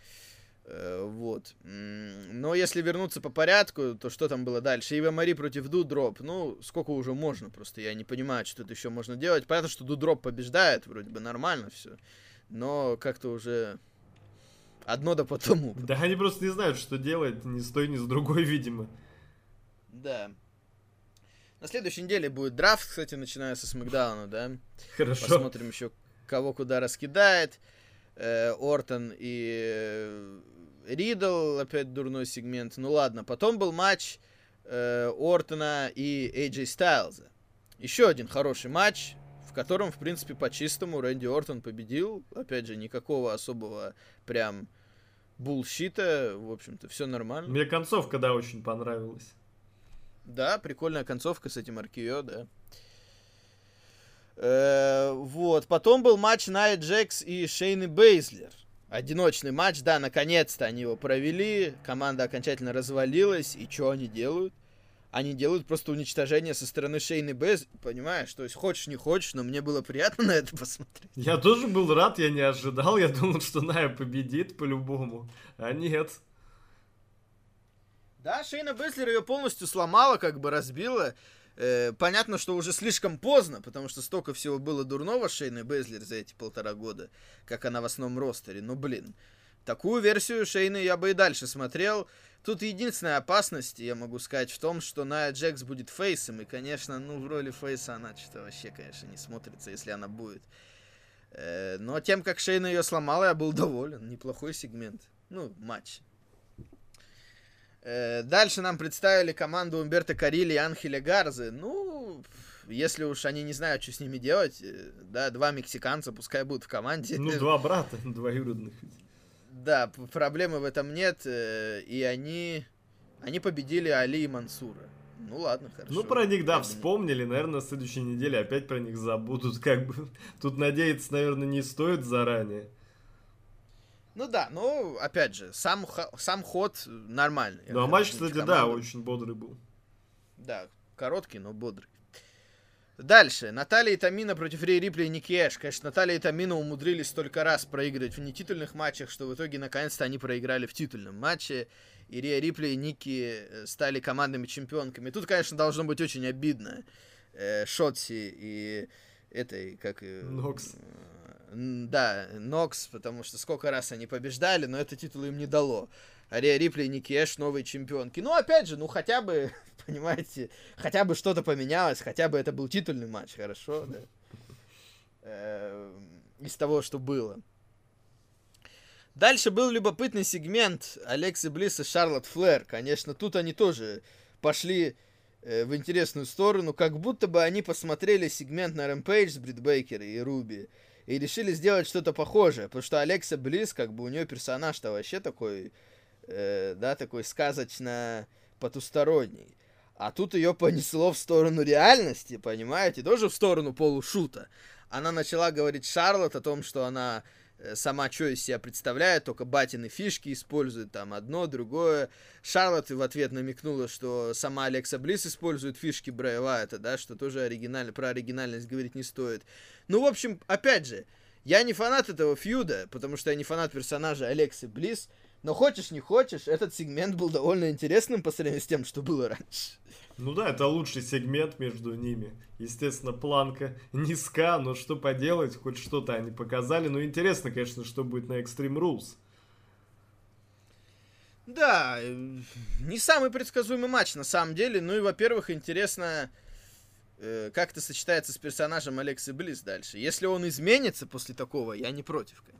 Вот. Но если вернуться по порядку, то что там было дальше? Ива Мари против Дудроп. Ну, сколько уже можно, просто я не понимаю, что тут еще можно делать. Понятно, что Дудроп побеждает, вроде бы нормально все. Но как-то уже одно да потому. Да, они просто не знают, что делать ни с той, ни с другой, видимо. Да. На следующей неделе будет драфт, кстати, начиная со Смэкдауна, да? Хорошо. Посмотрим еще, кого куда раскидает. Э, Ортон и Ридл, опять дурной сегмент. Ну ладно, потом был матч э, Ортона и Эй Джей Стайлза. Еще один хороший матч, в котором, в принципе, по-чистому Рэнди Ортон победил. Опять же, никакого особого прям булщита. В общем-то, все нормально. Мне концовка, да, очень понравилась. Да, прикольная концовка с этим ар кей о, да. Э, вот, потом был матч Найя Джекс и Шейны Бейзлер. Одиночный матч, да, наконец-то они его провели, команда окончательно развалилась, и что они делают? Они делают просто уничтожение со стороны Шейны Бейзлер, понимаешь? То есть, хочешь не хочешь, но мне было приятно на это посмотреть. Я тоже был рад, я не ожидал, я думал, что Найя победит по-любому, а нет. Да, Шейна Бейзлер ее полностью сломала, как бы разбила. Э, понятно, что уже слишком поздно, потому что столько всего было дурного с Шейной Бейзлер за эти полтора года, как она в основном ростере. Ну, блин, такую версию Шейны я бы и дальше смотрел. Тут единственная опасность, я могу сказать, в том, что Найя Джекс будет фейсом, и, конечно, ну, в роли фейса она что-то вообще, конечно, не смотрится, если она будет. Э, но тем, как Шейна ее сломала, я был доволен. Неплохой сегмент. Ну, матч. Дальше нам представили команду Умберто Каррилли и Анхеля Гарзы. Ну, если уж они не знают, что с ними делать, да, два мексиканца пускай будут в команде. Ну, два брата, двоюродных. Да, проблемы в этом нет, и они, они победили Али и Мансура. Ну, ладно, хорошо. Ну, про них, да, вспомнили, наверное, на следующей неделе опять про них забудут, как бы. Тут надеяться, наверное, не стоит заранее. Ну да, ну, опять же, сам, сам ход нормальный. Ну, а матч, кстати, команду. Да, очень бодрый был. Да, короткий, но бодрый. Дальше. Наталья и Тамина против Рэй Рипли и Ники Эш. Конечно, Наталья и Тамина умудрились столько раз проигрывать в нетитульных матчах, что в итоге наконец-то они проиграли в титульном матче. И Рэй Рипли и Ники стали командными чемпионками. Тут, конечно, должно быть очень обидно э, Шотси и этой, как... Нокс. Да, Нокс, потому что сколько раз они побеждали, но это титул им не дало. А Рия Рипли и Ники Эш новые чемпионки. Ну, опять же, ну хотя бы, понимаете, хотя бы что-то поменялось, хотя бы это был титульный матч, хорошо, да? Из того, что было. Дальше был любопытный сегмент Алексы Блисс и Шарлотт Флэр. Конечно, тут они тоже пошли в интересную сторону, как будто бы они посмотрели сегмент на Rampage с Брит Бейкер и Руби и решили сделать что-то похожее, потому что Алекса Блисс, как бы у нее персонаж-то вообще такой, э, да, такой сказочно потусторонний. А тут ее понесло в сторону реальности, понимаете, тоже в сторону полушута. Она начала говорить Шарлотт о том, что она сама что из себя представляет, только батины фишки использует, там одно, другое. Шарлотт в ответ намекнула, что сама Алекса Блисс использует фишки Брэя Уайта, да, что тоже оригинально, про оригинальность говорить не стоит. Ну, в общем, опять же, я не фанат этого фьюда, потому что я не фанат персонажа Алексы Блисс, но хочешь не хочешь, этот сегмент был довольно интересным по сравнению с тем, что было раньше. Ну да, это лучший сегмент между ними. Естественно, планка низка, но что поделать, хоть что-то они показали. Но интересно, конечно, что будет на Extreme Rules. Да, не самый предсказуемый матч на самом деле. Ну и, во-первых, интересно, как это сочетается с персонажем Алексы Блисс дальше. Если он изменится после такого, я не против, конечно.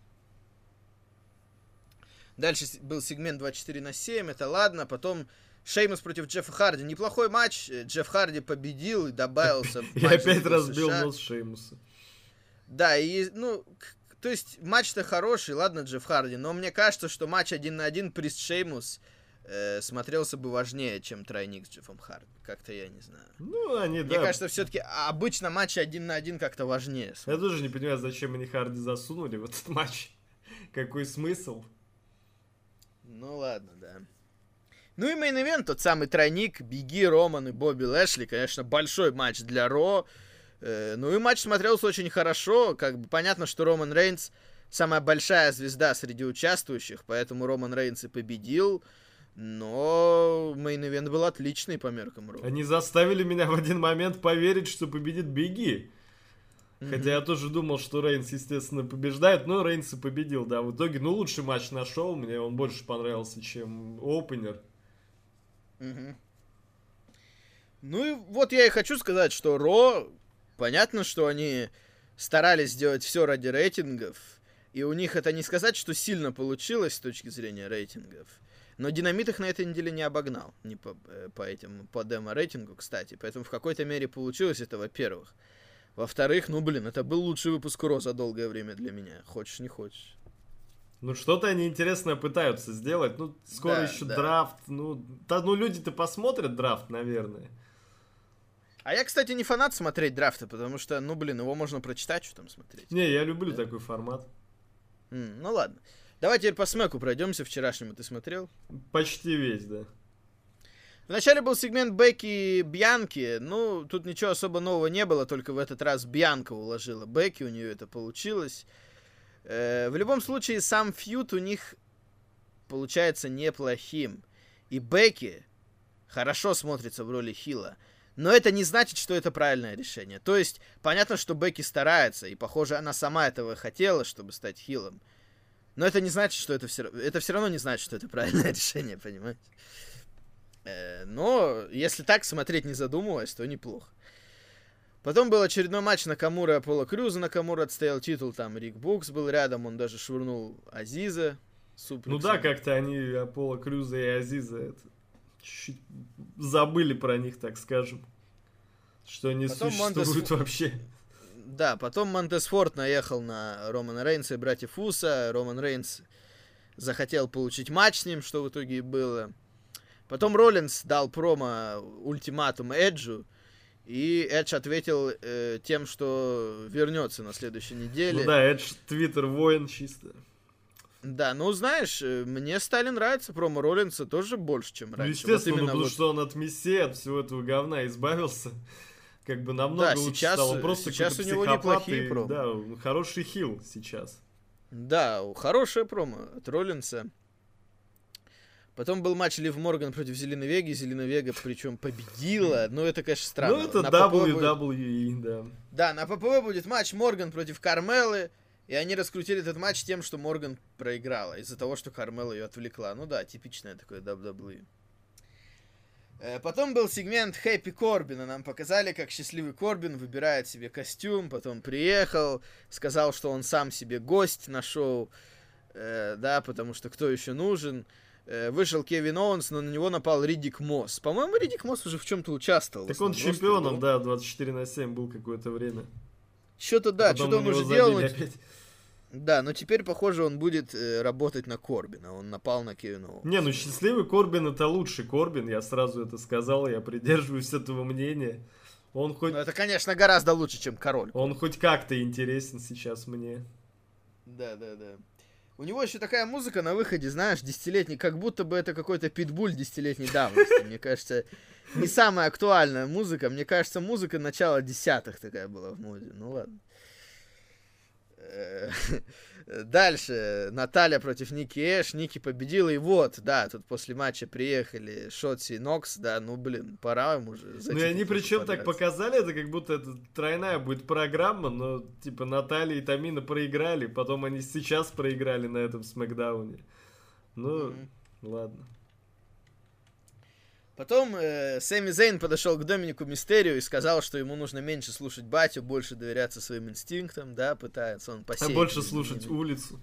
Дальше был сегмент двадцать четыре на семь, это ладно. Потом Шеймус против Джеффа Харди. Неплохой матч. Джефф Харди победил и добавился в матч. И опять разбил нос Шеймуса. Да, и, ну, то есть матч-то хороший, ладно, Джефф Харди, но мне кажется, что матч один на один Прист Шеймус э, смотрелся бы важнее, чем тройник с Джеффом Харди. Как-то я не знаю. Ну, они, Мне да. кажется, все-таки обычно матчи один на один как-то важнее. Я тоже не понимаю, зачем они Харди засунули в этот матч. Какой смысл? Ну ладно, да. Ну и мейн-ивент, тот самый тройник, Бигги, Роман и Бобби Лэшли, конечно, большой матч для Ро. Э, ну и матч смотрелся очень хорошо, как бы понятно, что Роман Рейнс самая большая звезда среди участвующих, поэтому Роман Рейнс и победил, но мейн-ивент был отличный по меркам Ро. Они заставили меня в один момент поверить, что победит Бигги. Mm-hmm. Хотя я тоже думал, что Рейнс, естественно, побеждает, но Рейнс и победил, да, в итоге, ну, лучший матч на шоу, мне он больше понравился, чем опенер. Mm-hmm. Ну и вот я и хочу сказать, что Ро, понятно, что они старались сделать все ради рейтингов, и у них это не сказать, что сильно получилось с точки зрения рейтингов, но Динамит их на этой неделе не обогнал, не по, по этим, по демо-рейтингу, кстати, поэтому в какой-то мере получилось это, во-первых. Во-вторых, ну, блин, это был лучший выпуск Ро за долгое время для меня. Хочешь, не хочешь. Ну, что-то они интересное пытаются сделать. Ну, скоро да, еще да. драфт. Ну, да, ну, люди-то посмотрят драфт, наверное. А я, кстати, не фанат смотреть драфты, потому что, ну, блин, его можно прочитать, что там смотреть. Не, я люблю да? такой формат. Mm, ну, ладно. Давай теперь по смеку пройдемся вчерашнему. Ты смотрел? Почти весь, да. Вначале был сегмент Бекки и Бьянки. Ну, тут ничего особо нового не было, только в этот раз Бьянка уложила Бекки, у нее это получилось. Э, в любом случае, сам фьюд у них получается неплохим. И Бекки хорошо смотрится в роли хила. Но это не значит, что это правильное решение. То есть, понятно, что Бекки старается, и, похоже, она сама этого хотела, чтобы стать хилом. Но это не значит, что это все, это все равно не значит, что это правильное решение, понимаете? Но если так смотреть, не задумываясь, то неплохо. Потом был очередной матч Накамура и Аполло Крюза. Накамура отстоял титул, там Рик Букс был рядом, он даже швырнул Азиза. Суплексом. Ну да, как-то они, Аполло Крюза и Азиза, это, чуть-чуть забыли про них, так скажем. Что они потом существуют Монтес... вообще. Да, потом Монтес Форд наехал на Романа Рейнса и братьев Уса. Роман Рейнс захотел получить матч с ним, что в итоге и было. Потом Роллинс дал промо ультиматум Эджу, и Эдж ответил э, тем, что вернется на следующей неделе. Ну да, Эдж твиттер воин чисто. Да, ну знаешь, мне стали нравиться промо Роллинса тоже больше, чем раньше. Ну, естественно, вот ну, потому вот... что он от Мессии, от всего этого говна избавился. Как бы намного Да, лучше сейчас- стало. Просто сейчас какой-то у него психопат неплохие и, промо. Да, он хороший хил сейчас. Да, хорошая промо от Роллинса. Потом был матч Лив Морган против Зеленой Веги. Зеленая Вега, причем победила. Ну, это, конечно, странно. Ну, это На ППВ дабл ю будет- дабл ю и, да. Да, на ППВ будет матч Морган против Кармелы. И они раскрутили этот матч тем, что Морган проиграла. Из-за того, что Кармела ее отвлекла. Ну да, типичное такое дабл ю дабл ю и. Э, Потом был сегмент Хэппи Корбина. Нам показали, как счастливый Корбин выбирает себе костюм. Потом приехал, сказал, что он сам себе гость на шоу. Э, да, потому что кто еще нужен. Э, Вышел Кевин Оуэнс, но на него напал Риддик Мосс. По-моему, Риддик Мосс уже в чем-то участвовал. Так он чемпионом, да, двадцать четыре на семь был какое-то время. Что-то да, Потом что-то он на него уже делал. забили но- опять. Да, но теперь, похоже, он будет э, работать на Корбина. Он напал на Кевина Оуэнса. Не, ну счастливый Корбин это лучший Корбин, я сразу это сказал, я придерживаюсь этого мнения. Он хоть, Ну, это, конечно, гораздо лучше, чем король. он хоть как-то интересен сейчас мне. Да, да, да. У него еще такая музыка на выходе, знаешь, десятилетний, как будто бы это какой-то питбуль десятилетней давности. Мне кажется, не самая актуальная музыка. Мне кажется, музыка начала десятых такая была в моде. Ну ладно. Э, Дальше. Наталья против Ники Эш. Ники победила. И вот, да, тут после матча приехали Шотси и Нокс. Да, ну блин, пора им уже. Ну и они зачем-то причем так подраться. показали, это как будто это тройная будет программа, но типа Наталья и Тамина проиграли, потом они сейчас проиграли на этом Смакдауне. Ну, Мгм. ладно. Потом э, Сэмми Зейн подошел к Доминику Мистерию и сказал, что ему нужно меньше слушать батю, больше доверяться своим инстинктам, да, пытается он А посеять. больше между слушать ними. улицу.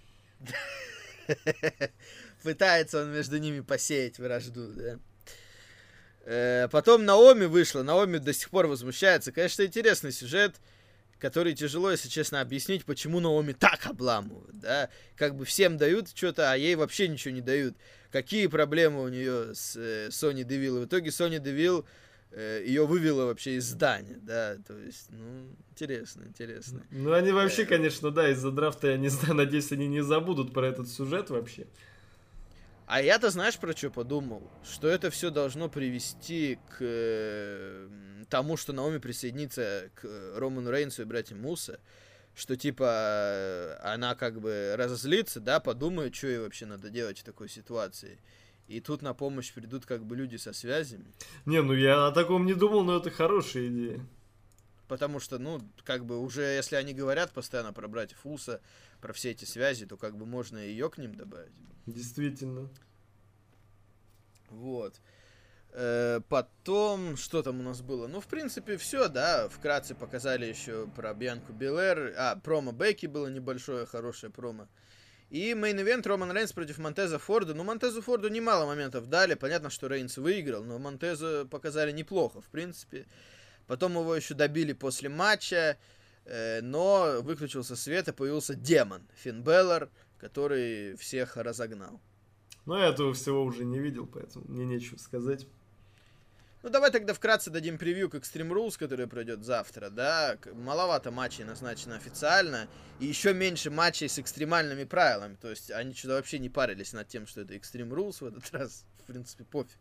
Пытается он между ними посеять вражду, да. Э, Потом Наоми вышла, Наоми до сих пор возмущается. Конечно, интересный сюжет, который тяжело, если честно, объяснить, почему Наоми так обламывают, да. Как бы всем дают что-то, а ей вообще ничего не дают. Какие проблемы у нее с э, Сони Девилл. И в итоге Сони Девилл э, ее вывела вообще из здания, да. То есть, ну, интересно, интересно. Ну они вообще, Э. конечно, да, из-за драфта, я не знаю, надеюсь, они не забудут про этот сюжет вообще. А я-то знаешь, про что подумал? Что это все должно привести к э, тому, что Наоми присоединится к Роману Рейнсу и братьям Муса. Что типа э, она как бы разозлится, да, подумает, что ей вообще надо делать в такой ситуации. И тут на помощь придут как бы люди со связями. Не, ну я о таком не думал, но это хорошая идея. Потому что, ну, как бы уже, если они говорят постоянно про братьев Уса, про все эти связи, то как бы можно ее к ним добавить. Действительно. Вот. Э, Потом, что там у нас было? Ну, в принципе, все, да. Вкратце показали еще про Бьянку Белэр. А, промо Бекки было небольшое, хорошее промо. И мейн-ивент Роман Рейнс против Монтеза Форда. Ну, Монтезу Форду немало моментов дали. Понятно, что Рейнс выиграл, но Монтеза показали неплохо, в принципе. Потом его еще добили после матча. э, Но выключился свет, и появился демон Финн Беллар, который всех разогнал. Но я этого всего уже не видел, поэтому мне нечего сказать. Ну, давай тогда вкратце дадим превью к Extreme Rules, который пройдет завтра, да. К- Маловато матчей назначено официально, и еще меньше матчей с экстремальными правилами. То есть они что-то вообще не парились над тем, что это Extreme Rules в этот раз. В принципе, пофиг.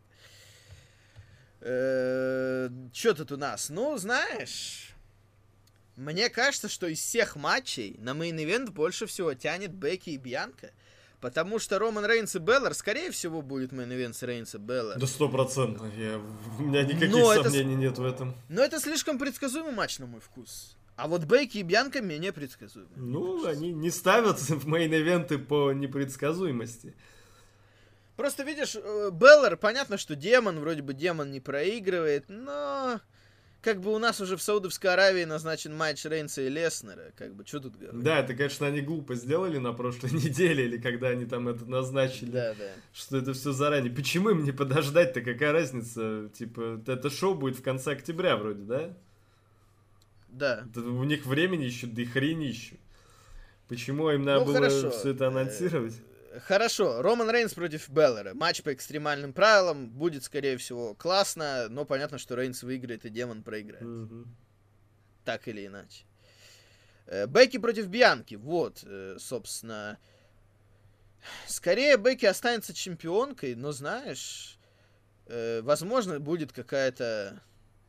Что тут у нас? Ну, знаешь, мне кажется, что из всех матчей на мейн-ивент больше всего тянет Бекки и Бьянка. Потому что Роман Рейнс и Беллар, скорее всего, будет мейн-ивент с Рейнс и Беллар. Да сто процентов. Я... У меня никаких Но это с- сомнений нет в этом. Но это слишком предсказуемый матч, на мой вкус. А вот Бейки и Бьянка менее предсказуемы. Ну, они не ставятся в мейн-ивенты по непредсказуемости. Просто видишь, э, Беллар, понятно, что демон, вроде бы демон не проигрывает, но как бы у нас уже в Саудовской Аравии назначен матч Рейнса и Леснера, как бы, что тут говорить? Да, это, конечно, они глупо сделали на прошлой неделе, или когда они там это назначили. Да, да. Что это все заранее. Почему им не подождать-то? Какая разница? Типа, это шоу будет в конце октября вроде, да? Да. Это у них времени еще, да и хрень еще. Почему им надо Ну, было хорошо. все это анонсировать? Хорошо, Роман Рейнс против Беллара. Матч по экстремальным правилам. Будет, скорее всего, классно, но понятно, что Рейнс выиграет и демон проиграет. Мгм. Так или иначе. Э, Бекки против Бьянки. Вот, э, собственно. Скорее Бекки останется чемпионкой, но знаешь, э, возможно, будет какая-то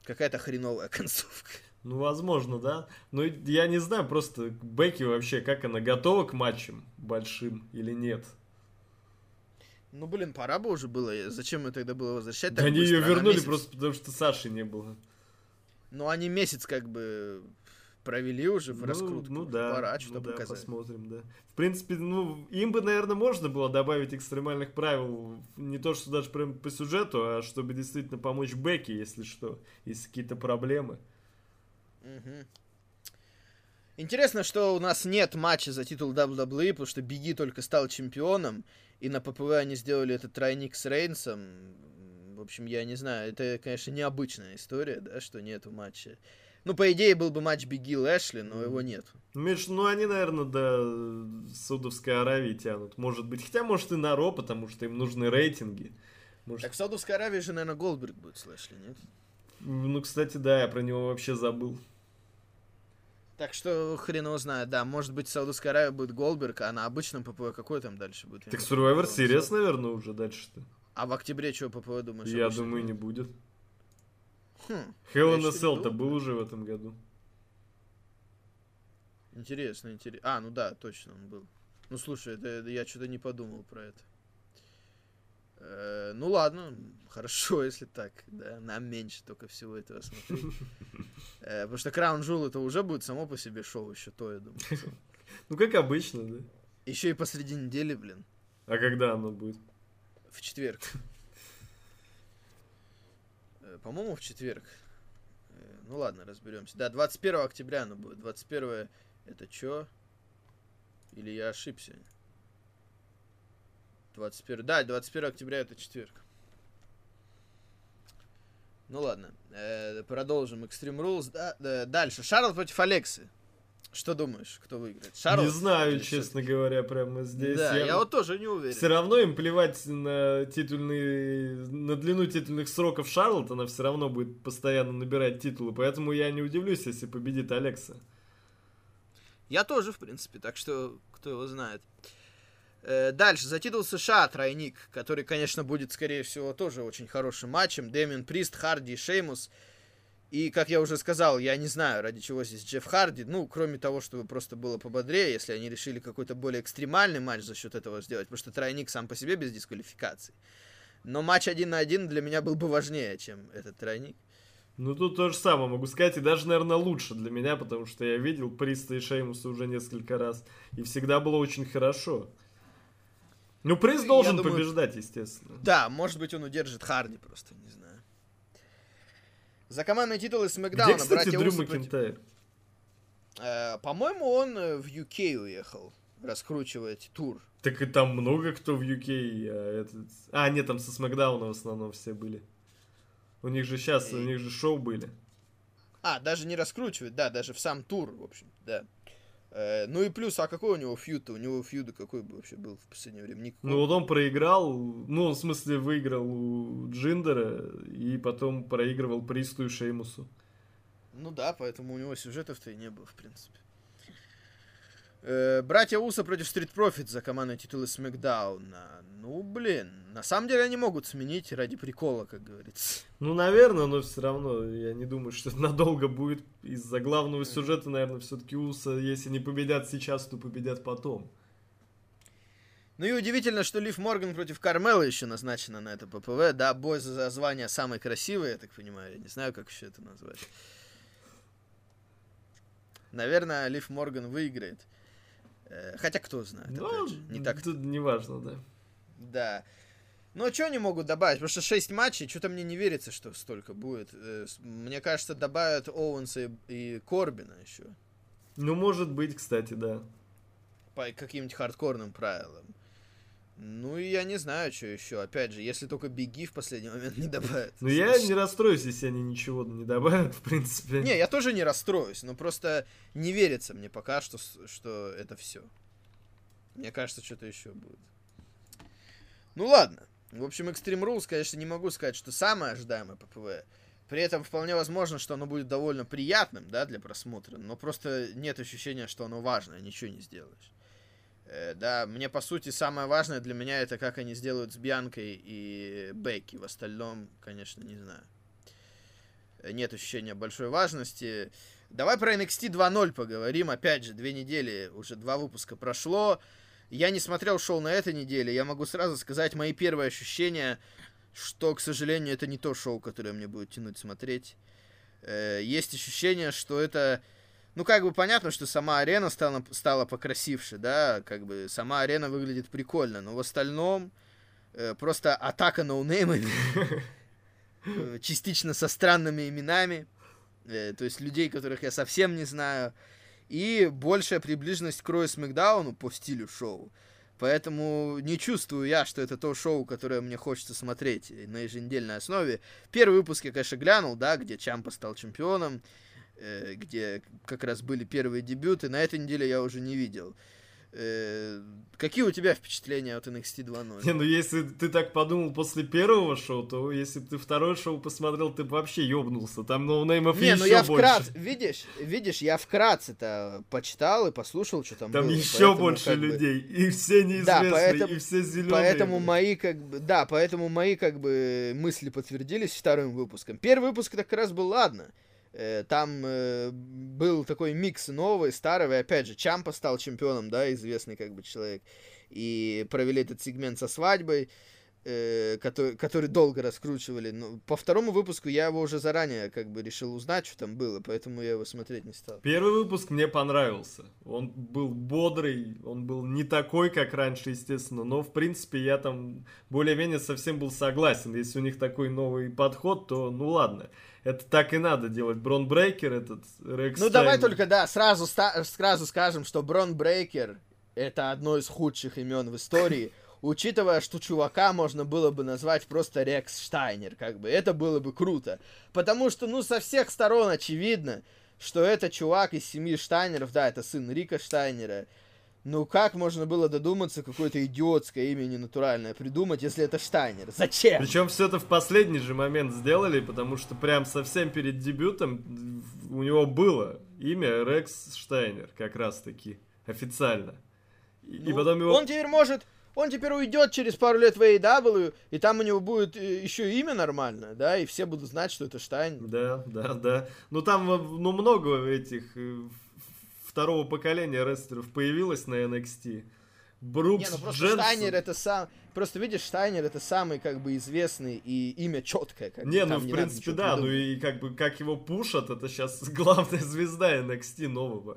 какая-то хреновая концовка. Ну, возможно, да. Но я не знаю, просто Бекки вообще, как она готова к матчам большим или нет? Ну, блин, пора бы уже было. Зачем ее тогда было возвращать? Да так они быстро? ее Она вернули месяц- просто потому, что Саши не было. Ну, они месяц как бы провели уже в Ну, раскрутку. ну да, Пора ну что-то да, показать. посмотрим, да. В принципе, ну, им бы, наверное, можно было добавить экстремальных правил, не то, что даже прям по сюжету, а чтобы действительно помочь Бекки, если что, если какие-то проблемы. Мгм. Интересно, что у нас нет матча за титул дабл ю дабл ю и, потому что Бигги только стал чемпионом, и на ППВ они сделали этот тройник с Рейнсом. В общем, я не знаю, это, конечно, необычная история, да, что нету матча. Ну, по идее, был бы матч Бигги Лэшли, но его нет. Миш, ну они, наверное, до Саудовской Аравии тянут. Может быть. Хотя, может, и на Ро, потому что им нужны рейтинги. Может... Так в Саудовской Аравии же, наверное, Голдберг будет с Лэшли, нет? Ну, кстати, да, я про него вообще забыл. Так что хрен его знает, да, может быть, в Саудовской Аравии будет Голдберг, а на обычном ППВ какой там дальше будет? Так Survivor Series, наверное, уже дальше-то. А в октябре чего ППВ думаешь? Я обычно думаю, не будет? будет. Хм, Hell in я a что-то не Cell-то думал. был уже в этом году. Интересно, интересно. А, ну да, точно он был. Ну слушай, это, это я что-то не подумал про это. Э, ну ладно, хорошо, если так, да, нам меньше только всего этого смотреть. Э, потому что Краун Jewel это уже будет само по себе шоу, еще то, я думаю. Ну, как обычно, да. Еще и посреди недели, блин, А когда оно будет? в четверг. Э, По-моему, в четверг. Э, Ну ладно, разберемся. Да, двадцать первого октября оно будет. двадцать первое это чё? Или я ошибся? двадцать первое Да, двадцать первого октября это четверг. Ну ладно, э, продолжим Extreme Rules. Да, да, дальше. Шарлот против Алексы. Что думаешь, кто выиграет? Шарлот? Не знаю, или честно всё-таки? говоря, прямо здесь. Да, я... вот тоже не уверен. Все равно им плевать на титульные, на длину титульных сроков Шарлотта, она все равно будет постоянно набирать титулы, поэтому я не удивлюсь, если победит Алекса. Я тоже, в принципе, так что кто его знает. Э, дальше, за титул США тройник, который, конечно, будет, скорее всего, тоже очень хорошим матчем. Дэмиан Прист, Харди и Шеймус. И, как я уже сказал, я не знаю, ради чего здесь Джефф Харди. Ну, кроме того, чтобы просто было пободрее, если они решили какой-то более экстремальный матч за счет этого сделать. Потому что тройник сам по себе без дисквалификации. Но матч один на один для меня был бы важнее, чем этот тройник. Ну, тут то же самое могу сказать, и даже, наверное, лучше для меня, потому что я видел Приста и Шеймуса уже несколько раз, и всегда было очень хорошо. Ну, Прист Я должен думаю, побеждать, естественно. Да, может быть, он удержит Харди просто, не знаю. За командные титулы Где, Смэкдауна кстати, братья Дрю Усо против- Макентайр? Э, По-моему, он э, в ю кей уехал раскручивать тур. Так и там много кто в ю кей. А, этот... а нет, там со Смакдауна в основном все были. У них же сейчас, у И- них же шоу были. А, даже не раскручивает, да, даже в сам тур, в общем, да. Э, Ну и плюс, а какой у него фьюд-то? У него фьюда какой бы вообще был в последнее время? Никакого. Ну вот он проиграл, ну в смысле выиграл у Джиндера и потом проигрывал Присту и Шеймусу. Ну да, поэтому у него сюжетов-то и не было, в принципе. Э, Братья Уса против Street Profits за командные титулы Смэкдауна. Ну, блин, на самом деле они могут сменить ради прикола, как говорится. Ну, наверное, но все равно я не думаю, что это надолго будет. Из-за главного сюжета, наверное, все-таки Уса, если не победят сейчас, то победят потом. Ну и удивительно, что Лив Морган против Кармела еще назначена на это ППВ. Да, бой за звание самый красивый, я так понимаю. Я не знаю, как еще это назвать. Наверное, Лив Морган выиграет. Э, Хотя кто знает, Ну, опять же. Не так. тут не важно, да. Да. Ну, а что они могут добавить? Потому что шесть матчей, что-то мне не верится, что столько будет. Э, с- Мне кажется, добавят Оуэнса и, и Корбина еще. Ну, может быть, кстати, да. По каким-нибудь хардкорным правилам. Ну, и я не знаю, что еще. Опять же, если только Бигги в последний момент не добавят. Но я не расстроюсь, если они ничего не добавят, в принципе. Не, я тоже не расстроюсь, но просто не верится мне пока, что, с- что это все. Мне кажется, что-то еще будет. Ну ладно. В общем, Extreme Rules, конечно, не могу сказать, что самое ожидаемое ППВ. При этом вполне возможно, что оно будет довольно приятным, да, для просмотра, но просто нет ощущения, что оно важное, ничего не сделаешь. Э, да, мне, по сути, самое важное для меня это как они сделают с Бьянкой и Бекки. В остальном, конечно, не знаю. нет ощущения большой важности. Давай про эн экс ти два ноль поговорим. Опять же, две недели, уже два выпуска прошло. Я не смотрел шоу на этой неделе. Я могу сразу сказать мои первые ощущения, что, к сожалению, это не то шоу, которое мне будет тянуть смотреть. Есть ощущение, что это... Ну, как бы понятно, что сама арена стала, стала покрасивше, да, как бы сама арена выглядит прикольно, но в остальном э, просто атака ноунеймами, э, частично со странными именами, э, то есть людей, которых я совсем не знаю, и большая приближенность к Рою Смэкдауну по стилю шоу. Поэтому не чувствую я, что это то шоу, которое мне хочется смотреть на еженедельной основе. Первый выпуск я, конечно, глянул, да, где Чампа стал чемпионом, где как раз были первые дебюты. На этой неделе я уже не видел. Э, какие у тебя впечатления от эн экс ти два ноль? Не, ну если ты так подумал после первого шоу, то если бы ты второе шоу посмотрел, ты бы вообще ёбнулся. Там ноунеймов не, еще ну я больше. Вкратце, видишь, видишь, я вкратце-то почитал и послушал, что там Там было. еще Поэтому, больше как бы, людей. И все неизвестные, да, поэтому, и все зеленые. Поэтому мои, как бы, да, поэтому мои, как бы, мысли подтвердились вторым выпуском. Первый выпуск как раз был, ладно. Там э, был такой микс нового и старого, и опять же, Чампа стал чемпионом, да, известный как бы человек, и провели этот сегмент со свадьбой, э, который, который долго раскручивали. Но по второму выпуску я его уже заранее как бы решил узнать, что там было, поэтому я его смотреть не стал. Первый выпуск мне понравился. Он был бодрый, он был не такой, как раньше, естественно, но, в принципе, я там более-менее совсем был согласен. Если у них такой новый подход, то ну ладно. Это так и надо делать. Брон Брейкер, этот Рекс Ну, давай только, да, сразу, сразу скажем, что Брон Брейкер — это одно из худших имен в истории, учитывая, что чувака можно было бы назвать просто Рекс Штайнер, как бы, это было бы круто. Потому что, ну, со всех сторон очевидно, что это чувак из семьи Штайнеров, да, это сын Рика Штайнера. Ну, как можно было додуматься какое-то идиотское имя ненатуральное придумать, если это Штайнер? Зачем? Причем все это в последний же момент сделали, потому что прям совсем перед дебютом у него было имя Рекс Штайнер, как раз таки, официально. И, ну, и потом его... Он теперь может... Он теперь уйдет через пару лет в эй и дабл ю, и там у него будет еще имя нормальное, да, и все будут знать, что это Штайнер. Да, да, да. Ну, там, ну, много этих... второго поколения рестлеров появилось на эн экс ти. Брукс, Не, ну просто Дженсен. Штайнер это сам... Просто видишь, Штайнер это самый как бы известный и имя четкое. Как не, бы, ну там в не принципе да, ну и как бы как его пушат, это сейчас главная звезда эн экс ти нового.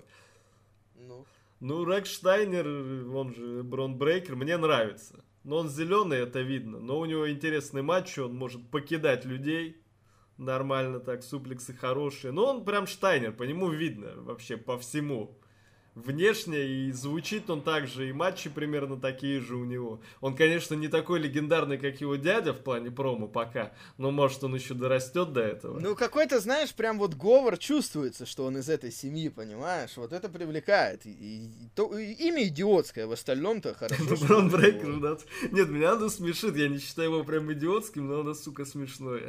Ну, ну Рекс Штайнер, он же Брон Брейкер, мне нравится. Но он зеленый, это видно. Но у него интересный матч, он может покидать людей. Нормально так, суплексы хорошие. Но он прям Штайнер, по нему видно вообще по всему. Внешне и звучит он так же, и матчи примерно такие же у него. Он, конечно, не такой легендарный, как его дядя в плане промо пока, но может он еще дорастет до этого. ну какой-то, знаешь, прям вот говор чувствуется, что он из этой семьи, понимаешь? Вот это привлекает. И, и, то, и, имя идиотское, в остальном-то хорошо. Брон Брейкер, да. Нет, меня оно смешит, я не считаю его прям идиотским, но оно, сука, смешное.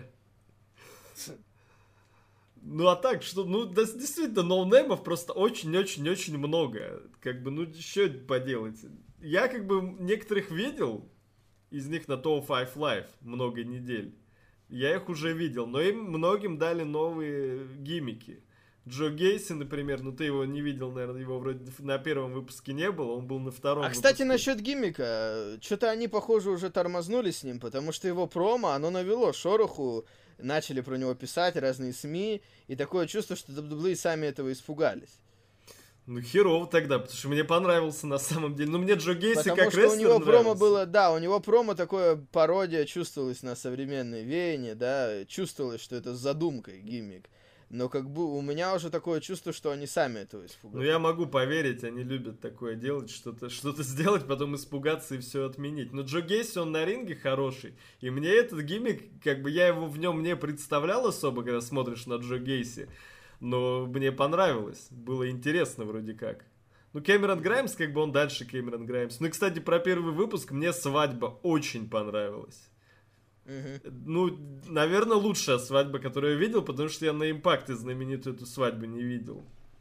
Ну а так, что, ну, да, действительно, ноунеймов просто очень-очень-очень много. Как бы, ну, что поделать? Я, как бы, некоторых видел, из них на топ пять Live много недель. Я их уже видел, но им многим дали новые гиммики. Джо Гейси, например, ну ты его не видел, наверное, его вроде на первом выпуске не было, он был на втором А, кстати, выпуске. насчет гиммика, что-то они, похоже, уже тормознули с ним, потому что его промо, оно навело шороху, начали про него писать разные СМИ, и такое чувство, что дабл ю дабл ю и сами этого испугались. Ну херово тогда, потому что мне понравился на самом деле. Ну мне Джо Гейси потому как что рестлер у него нравился. промо было, да, у него промо такое пародия чувствовалась на современной веяние, да, чувствовалось, что это с задумкой гиммик. Но как бы у меня уже такое чувство, что они сами этого испугались. Ну я могу поверить, они любят такое делать, что-то что-то сделать, потом испугаться и все отменить. Но Джо Гейси, он на ринге хороший, и мне этот гиммик, как бы я его в нем не представлял особо, когда смотришь на Джо Гейси, но мне понравилось, было интересно вроде как. Ну Кэмерон Граймс, как бы он дальше Кэмерон Граймс. Ну и, кстати, про первый выпуск мне свадьба очень понравилась. Угу. Ну, наверное, лучшая свадьба, которую я видел, потому что я на Импакте знаменитую эту свадьбу не видел.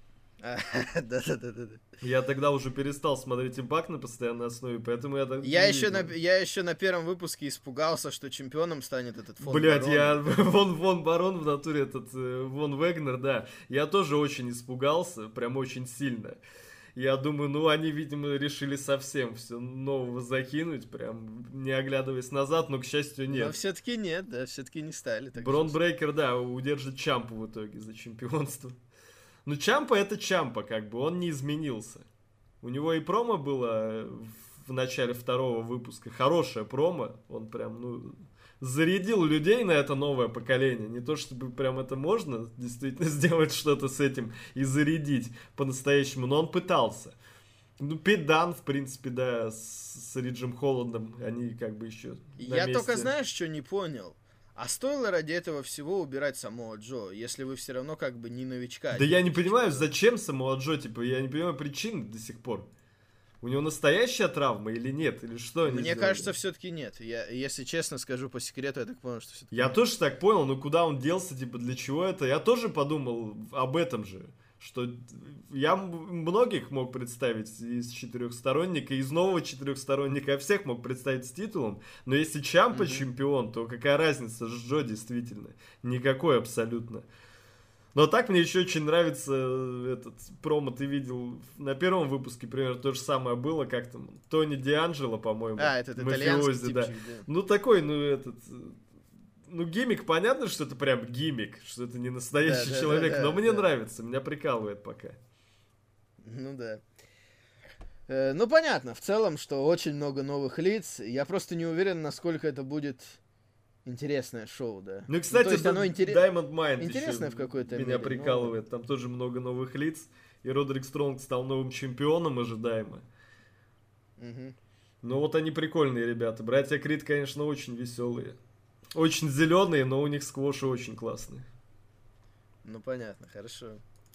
Да-да-да-да. Я тогда уже перестал смотреть Импакт на постоянной основе, поэтому я... Я еще, на, я еще на первом выпуске испугался, что чемпионом станет этот фон Блять, Барон. я... Вон, вон Барон в натуре, этот Вон Вегнер, да. Я тоже очень испугался, прям очень сильно. Я думаю, ну они, видимо, решили совсем все нового закинуть, прям не оглядываясь назад, но, к счастью, нет. Но все-таки нет, да, все-таки не стали. Брон Брейкер, да, удержит Чампу в итоге за чемпионство. Ну, Чампа это Чампа, как бы, он не изменился. У него и промо было в начале второго выпуска, хорошее промо, он прям, ну... зарядил людей на это новое поколение. Не то чтобы прям это можно действительно сделать что-то с этим и зарядить по-настоящему, но он пытался. Ну, Пит Дан, в принципе, да, с, с Риджем Холландом, они как бы еще Я только, знаешь, что не понял? А стоило ради этого всего убирать Самоа Джо, если вы все равно как бы не новичка? Да я не понимаю, зачем Самоа Джо, типа, я не понимаю причин до сих пор. У него настоящая травма или нет? Или что они Мне сделали? кажется, все-таки нет. Я, если честно скажу по секрету, я так понял, что все-таки Я нет. тоже так понял, но куда он делся, типа, для чего это? Я тоже подумал об этом же. Что я многих мог представить из четырехсторонника, из нового четырехсторонника я всех мог представить с титулом. Но если Чампа mm-hmm. чемпион, то какая разница с Джо действительно? Никакой абсолютно. Но так мне еще очень нравится этот промо, ты видел на первом выпуске, примерно то же самое было, как там Тони Дианджело, по-моему. А, этот итальянский да. типчик, да. Ну такой, ну этот... Ну гиммик, понятно, что это прям гиммик, что это не настоящий да, человек, да, да, но да, мне да. нравится, меня прикалывает пока. Ну да. Э, ну понятно, в целом, что очень много новых лиц, я просто не уверен, насколько это будет... интересное шоу, да. Ну и, кстати, ну, то есть оно интерес... Diamond Mine интересное в какой-то меня мере, прикалывает. Но... Там тоже много новых лиц. И Родерик Стронг стал новым чемпионом ожидаемо. Угу. Ну вот они прикольные ребята. Братья Крид, конечно, очень веселые. Очень зеленые, но у них сквоши очень классные. Ну понятно, хорошо.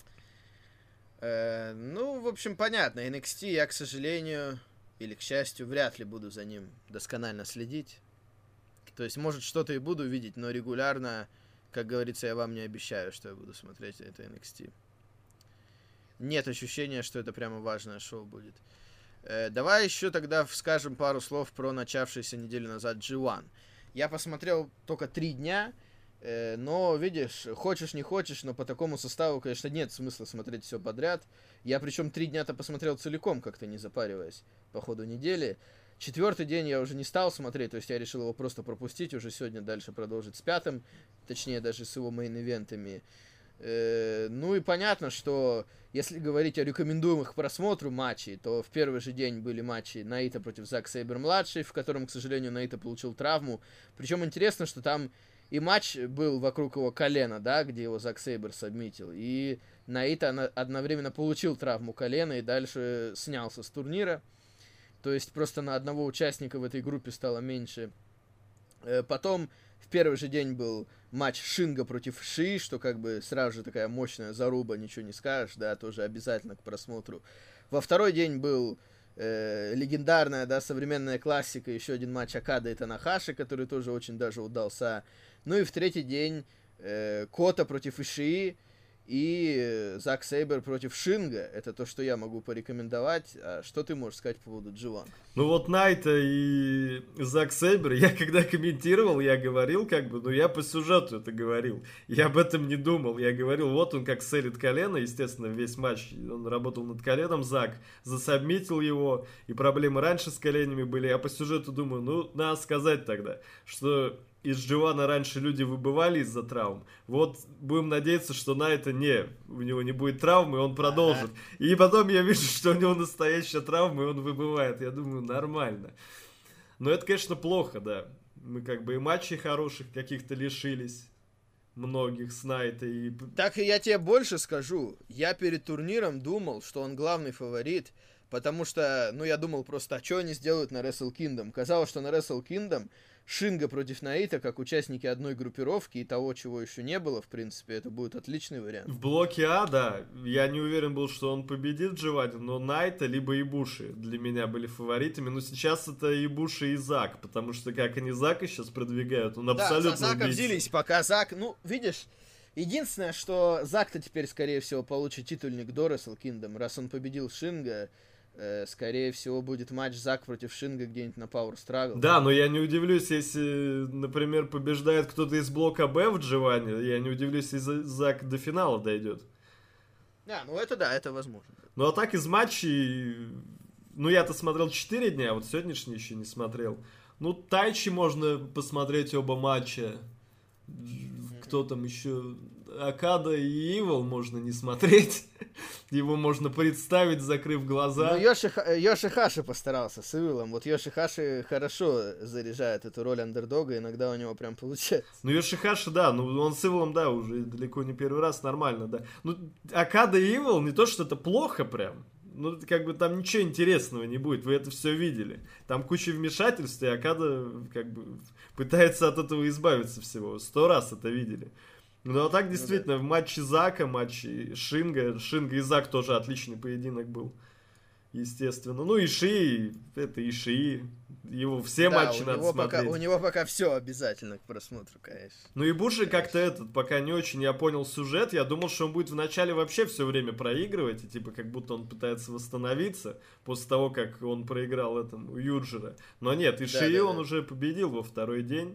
Э, ну, в общем, понятно. эн экс ти я, к сожалению, или к счастью, вряд ли буду за ним досконально следить. То есть, может, что-то и буду видеть, но регулярно, как говорится, я вам не обещаю, что я буду смотреть это эн экс ти. Нет ощущения, что это прямо важное шоу будет. Э, давай еще тогда скажем пару слов про начавшийся неделю назад джи один. Я посмотрел только три дня, э, но, видишь, хочешь не хочешь, но по такому составу, конечно, нет смысла смотреть все подряд. Я причем три дня-то посмотрел целиком, как-то не запариваясь по ходу недели. Четвертый день я уже не стал смотреть, то есть я решил его просто пропустить, уже сегодня дальше продолжить с пятым, точнее даже с его мейн-ивентами. Э, ну и понятно, что если говорить о рекомендуемых к просмотру матчей, то в первый же день были матчи Наита против Зак Сейбер-младший, в котором, к сожалению, Наита получил травму. Причем интересно, что там и матч был вокруг его колена, да, где его Зак Сейбер сабмитил, и Наита одновременно получил травму колена и дальше снялся с турнира. То есть просто на одного участника в этой группе стало меньше. Потом в первый же день был матч Шинга против Ши, что как бы сразу же такая мощная заруба, ничего не скажешь, да, тоже обязательно к просмотру. Во второй день был э, легендарная, да, современная классика, еще один матч Акада и Танахаши, который тоже очень даже удался. Ну и в третий день э, Кота против Ишии и Зак Сейбер против Шинга. Это то, что я могу порекомендовать. А что ты можешь сказать по поводу джи один? Ну вот Найта и Зак Сейбер, я когда комментировал, я говорил как бы, ну я по сюжету это говорил. Я об этом не думал. Я говорил, вот он как селит колено, естественно, весь матч он работал над коленом, Зак засабмитил его, и проблемы раньше с коленями были. Я по сюжету думаю, ну надо сказать тогда, что... из джи один раньше люди выбывали из-за травм. Вот будем надеяться, что на это не, у него не будет травмы, и он продолжит. Ага. И потом я вижу, что у него настоящая травма, и он выбывает. Я думаю, нормально. Но это, конечно, плохо, да. Мы как бы и матчей хороших каких-то лишились. Многих с Найта и... Так и я тебе больше скажу. Я перед турниром думал, что он главный фаворит, потому что, ну, я думал просто, а что они сделают на Wrestle Kingdom? Казалось, что на Wrestle Kingdom Шинга против Наита, как участники одной группировки и того, чего еще не было, в принципе, это будет отличный вариант. В блоке А, да, я не уверен был, что он победит джи один, но Найта либо Ибуши для меня были фаворитами, но сейчас это Ибуши и Зак, потому что как они Зака сейчас продвигают, он абсолютно да, за Зака убийца. взялись, пока Зак, ну, видишь, Единственное, что Зак-то теперь, скорее всего, получит титульник до Wrestle Kingdom. Раз он победил Шинга, э, скорее всего, будет матч Зак против Шинга где-нибудь на Power Struggle. Да, но я не удивлюсь, если, например, побеждает кто-то из блока Б в джи один, я не удивлюсь, если Зак до финала дойдет. А, ну это да, это возможно. Ну а так из матчей... Ну я-то смотрел четыре дня, а вот сегодняшний еще не смотрел. Ну Тайчи можно посмотреть оба матча. Кто там еще? Акада и Ивол можно не смотреть. Его можно представить, закрыв глаза. Ну, Йоши, Йошихаши постарался с Иволом. Вот Йошихаши хорошо заряжает эту роль андердога, иногда у него прям получается. Ну, Йошихаши, да, ну он с Иволом, да, уже далеко не первый раз, нормально, да. Ну, Акада и Ивол не то, что это плохо прям. Ну, как бы там ничего интересного не будет, вы это все видели. Там куча вмешательств, и Акада как бы пытается от этого избавиться всего. Сто раз это видели. Ну, а так действительно, ну, да. В матче Зака, матче Шинга, Шинга и Зак тоже отличный поединок был. Естественно. Ну, Ишии, это Ишии. Его все да, матчи надо смотреть. Пока, у него пока все обязательно к просмотру, конечно. Ну и Буши как-то этот, пока не очень я понял сюжет, я думал, что он будет вначале вообще все время проигрывать, и типа как будто он пытается восстановиться после того, как он проиграл этому Юджира. Но нет, Ишии да, да, он да. уже победил во второй день.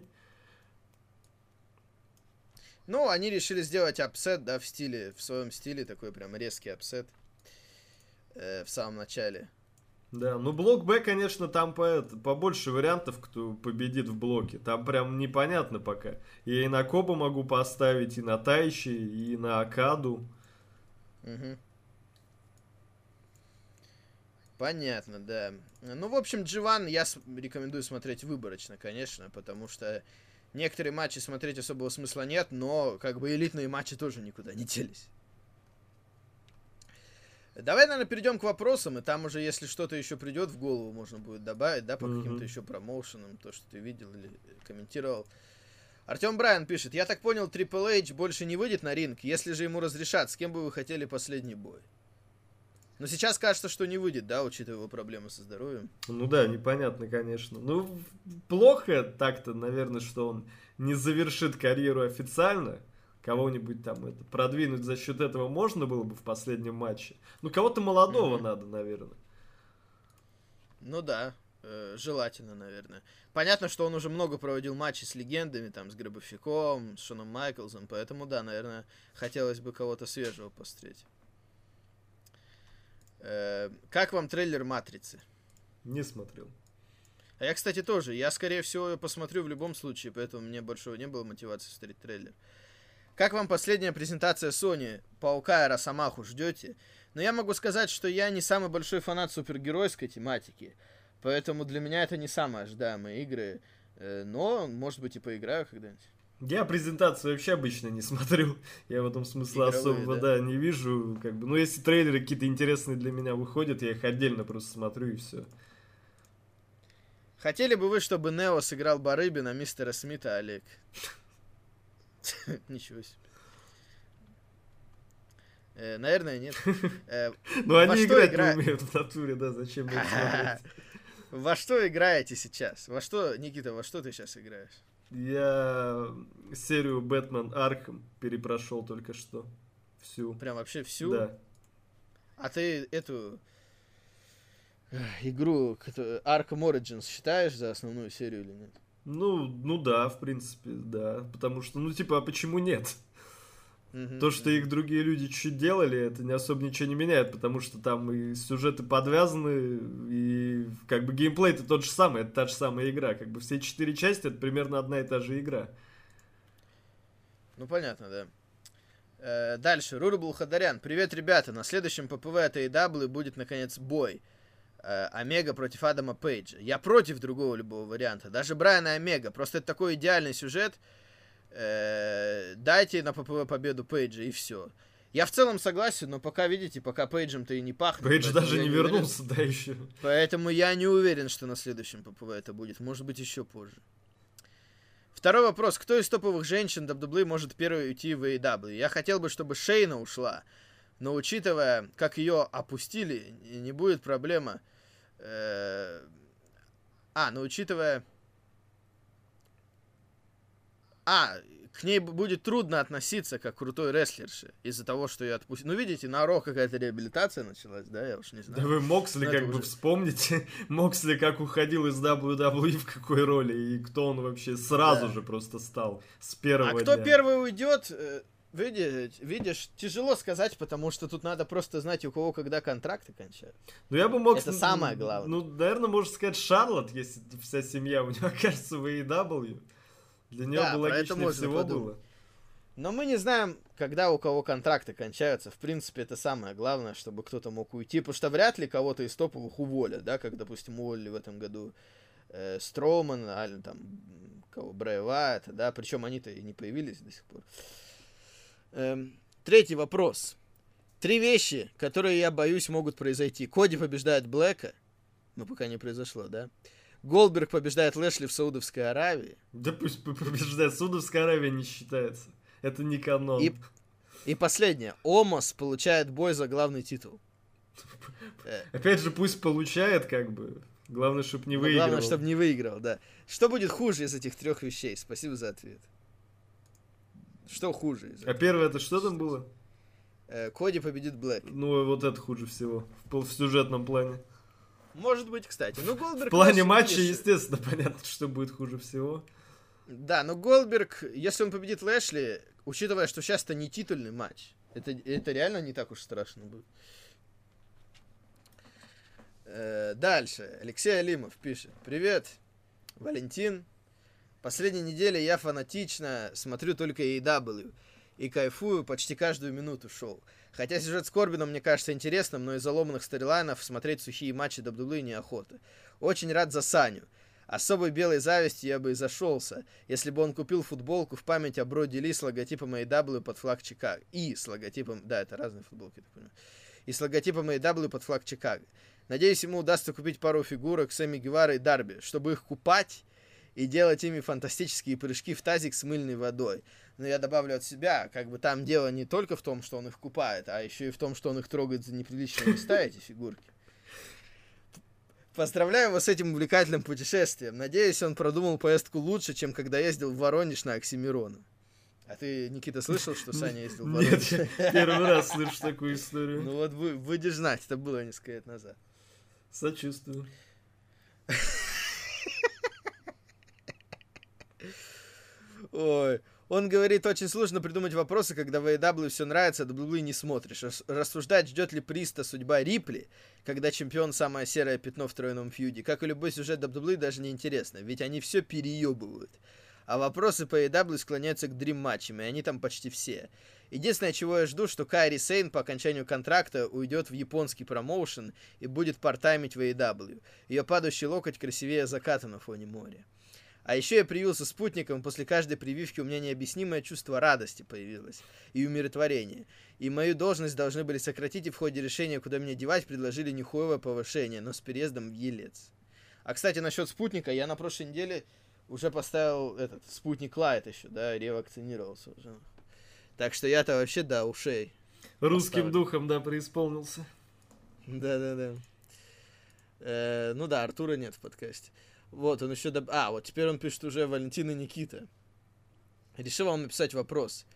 Ну, они решили сделать апсет, да, в стиле, в своем стиле, такой прям резкий апсет э, в самом начале. Да, ну блок Б, конечно, там по, побольше вариантов, кто победит в блоке. Там прям непонятно пока. Я и на Кобу могу поставить, и на Тайчи, и на Акаду. Угу. Понятно, да. Ну, в общем, джи один я рекомендую смотреть выборочно, конечно, потому что некоторые матчи смотреть особого смысла нет, но как бы элитные матчи тоже никуда не делись. Давай, наверное, перейдем к вопросам, и там уже, если что-то еще придет в голову, можно будет добавить, да, по mm-hmm. каким-то еще промоушенам, то, что ты видел или комментировал. Артем Брайан пишет: я так понял, Triple H больше не выйдет на ринг, если же ему разрешат, с кем бы вы хотели последний бой? Но сейчас кажется, что не выйдет, да, учитывая его проблемы со здоровьем. Ну да, непонятно, конечно. Ну, плохо так-то, наверное, что он не завершит карьеру официально. Кого-нибудь там это продвинуть за счет этого можно было бы в последнем матче. Ну, кого-то молодого mm-hmm. надо, наверное. Ну да, э, желательно, наверное. Понятно, что он уже много проводил матчей с легендами, там, с Гробовщиком, с Шоном Майклзом, поэтому, да, наверное, хотелось бы кого-то свежего посмотреть. Э, как вам трейлер «Матрицы»? Не смотрел. А я, кстати, тоже. Я, скорее всего, посмотрю в любом случае, поэтому мне большого не было мотивации смотреть трейлер. Как вам последняя презентация Sony? Паука и Росомаху ждете? Но я могу сказать, что я не самый большой фанат супергеройской тематики, поэтому для меня это не самые ожидаемые игры, но, может быть, и поиграю когда-нибудь. Я презентацию вообще обычно не смотрю, я в этом смысла Игровые, особо, да? да, не вижу, как бы, ну, если трейлеры какие-то интересные для меня выходят, я их отдельно просто смотрю и все. Хотели бы вы, чтобы Нео сыграл Барыбина, мистера Смита, Олег? Ничего себе. Э, наверное, нет. Э, ну, они играть игра... не умеют в натуре, да, зачем их смотреть? Во что играете сейчас? Во что, Никита, во что ты сейчас играешь? Я серию Бэтмен Арkham перепрошел только что. Всю. Прям вообще всю? Да. А ты эту игру Arkham Origins считаешь за основную серию или нет? Ну, ну да, в принципе, да. Потому что, ну, типа, а почему нет? Mm-hmm. То, что их другие люди чуть делали, это не особо ничего не меняет, потому что там и сюжеты подвязаны, и как бы геймплей-то тот же самый, это та же самая игра. Как бы все четыре части, это примерно одна и та же игра. Ну, понятно, да. Э, дальше, Рурбул Хадарян. Привет, ребята, на следующем пэ пэ вэ от эй дабл ю будет, наконец, бой. Омега против Адама Пейджа. Я против другого любого варианта. Даже Брайана и Омега. Просто это такой идеальный сюжет. Э-э- дайте на пэ пэ вэ победу Пейджа и все. Я в целом согласен, но пока, видите, пока Пейджем-то и не пахнет. Пейдж даже не, не вернулся, да, еще. Поэтому я не уверен, что на следующем пэ пэ вэ это будет. Может быть, еще позже. Второй вопрос. Кто из топовых женщин дабл ю дабл ю и может первой уйти в эй дабл ю? Я хотел бы, чтобы Шейна ушла. Но учитывая, как ее опустили, не будет проблема. А, ну учитывая... А, к ней будет трудно относиться как к крутой рестлерше из-за того, что ее отпустили. Ну, видите, на Ро какая-то реабилитация началась, да, я уж не знаю. Да вы Моксли Но как это бы уже- вспомните, Моксли как уходил из дабл ю дабл ю и в какой роли, и кто он вообще сразу Да. же просто стал с А первого кто дня. первый уйдет, э, видишь, видишь, тяжело сказать, потому что тут надо просто знать, у кого когда контракты кончаются. Ну я бы мог... Это самое главное. Ну, наверное, можно сказать Шарлотт, если вся семья у него окажется в эй и дабл ю. Для нее Да, бы про это логичнее можно всего подумать. было. Но мы не знаем, когда у кого контракты кончаются. В принципе, это самое главное, чтобы кто-то мог уйти. Потому что вряд ли кого-то из топовых уволят, да, как, допустим, уволили в этом году э, Строуман, а, там, м, кого, Брэй Уайта, да, причем они-то и не появились до сих пор. Эм, третий вопрос. Три вещи, которые, я боюсь, могут произойти. Коди побеждает Блэка, но пока не произошло, да. Голдберг побеждает Лэшли в Саудовской Аравии. Да пусть побеждает. Саудовская Аравия не считается. Это не канон. И, и последнее. Омос получает бой за главный титул. Э, Опять же, пусть получает, как бы. Главное, чтобы не но выиграл. Главное, чтобы не выиграл, да. Что будет хуже из этих трех вещей? Спасибо за ответ. Что хуже из А этого? первое, это что там было? Э, Коди победит Блэк. Ну, вот это хуже всего. В, пол- в сюжетном плане. Может быть, кстати. Ну, Голдберг... В плане Лэшли, матча, видишь, естественно, понятно, что будет хуже всего. Да, но Голдберг, если он победит Лэшли, учитывая, что сейчас это не титульный матч, это, это реально не так уж страшно будет. Э, дальше. Алексей Алимов пишет. Привет, Валентин. Последние недели я фанатично смотрю только эй и дабл ю и кайфую почти каждую минуту шоу. Хотя сюжет с Корбином мне кажется интересным, но из-за ломаных сторилайнов смотреть сухие матчи дабл ю дабл ю и неохота. Очень рад за Саню. Особой белой завистью я бы и зашелся, если бы он купил футболку в память о Броди Ли с логотипом эй и дабл ю под флаг Чикаго. И с логотипом... Да, это разные футболки, я так понимаю. И с логотипом эй и дабл ю под флаг Чикаго. Надеюсь, ему удастся купить пару фигурок Сэмми Гевара и Дарби, чтобы их купать и делать ими фантастические прыжки в тазик с мыльной водой. Но я добавлю от себя, как бы там дело не только в том, что он их купает, а еще и в том, что он их трогает за неприличные места, эти фигурки. Поздравляю его с этим увлекательным путешествием. Надеюсь, он продумал поездку лучше, чем когда ездил в Воронеж на Оксимирона. А ты, Никита, слышал, что Саня ездил в Воронеж? Нет, я первый раз слышу такую историю. Ну вот вы, будешь знать, это было несколько лет назад. Сочувствую. Ой. Он говорит, очень сложно придумать вопросы, когда в эй и дабл ю все нравится, а дабл ю дабл ю и не смотришь. Рас- Рассуждать, ждет ли Приста судьба Рипли, когда чемпион самое серое пятно в тройном фьюде. Как и любой сюжет дабл ю дабл ю и, даже не интересно, ведь они все переебывают. А вопросы по эй и дабл ю склоняются к дрим-матчам, и они там почти все. Единственное, чего я жду, что Кайри Сейн по окончанию контракта уйдет в японский промоушен и будет партаймить в эй и дабл ю. Ее падающий локоть красивее заката на фоне моря. А еще я привился спутником, после каждой прививки у меня необъяснимое чувство радости появилось и умиротворения. И мою должность должны были сократить, и в ходе решения, куда меня девать, предложили нихуевое повышение, но с переездом в Елец. А, кстати, насчет спутника, я на прошлой неделе уже поставил этот спутник Лайт еще, да, ревакцинировался уже. Так что я-то вообще до ушей. Русским Поставлю. духом, да, преисполнился. Да-да-да. Э, ну да, Артура нет в подкасте. Вот, он еще... Доб... А, вот теперь он пишет уже Валентин и Никита. Решил вам написать вопрос,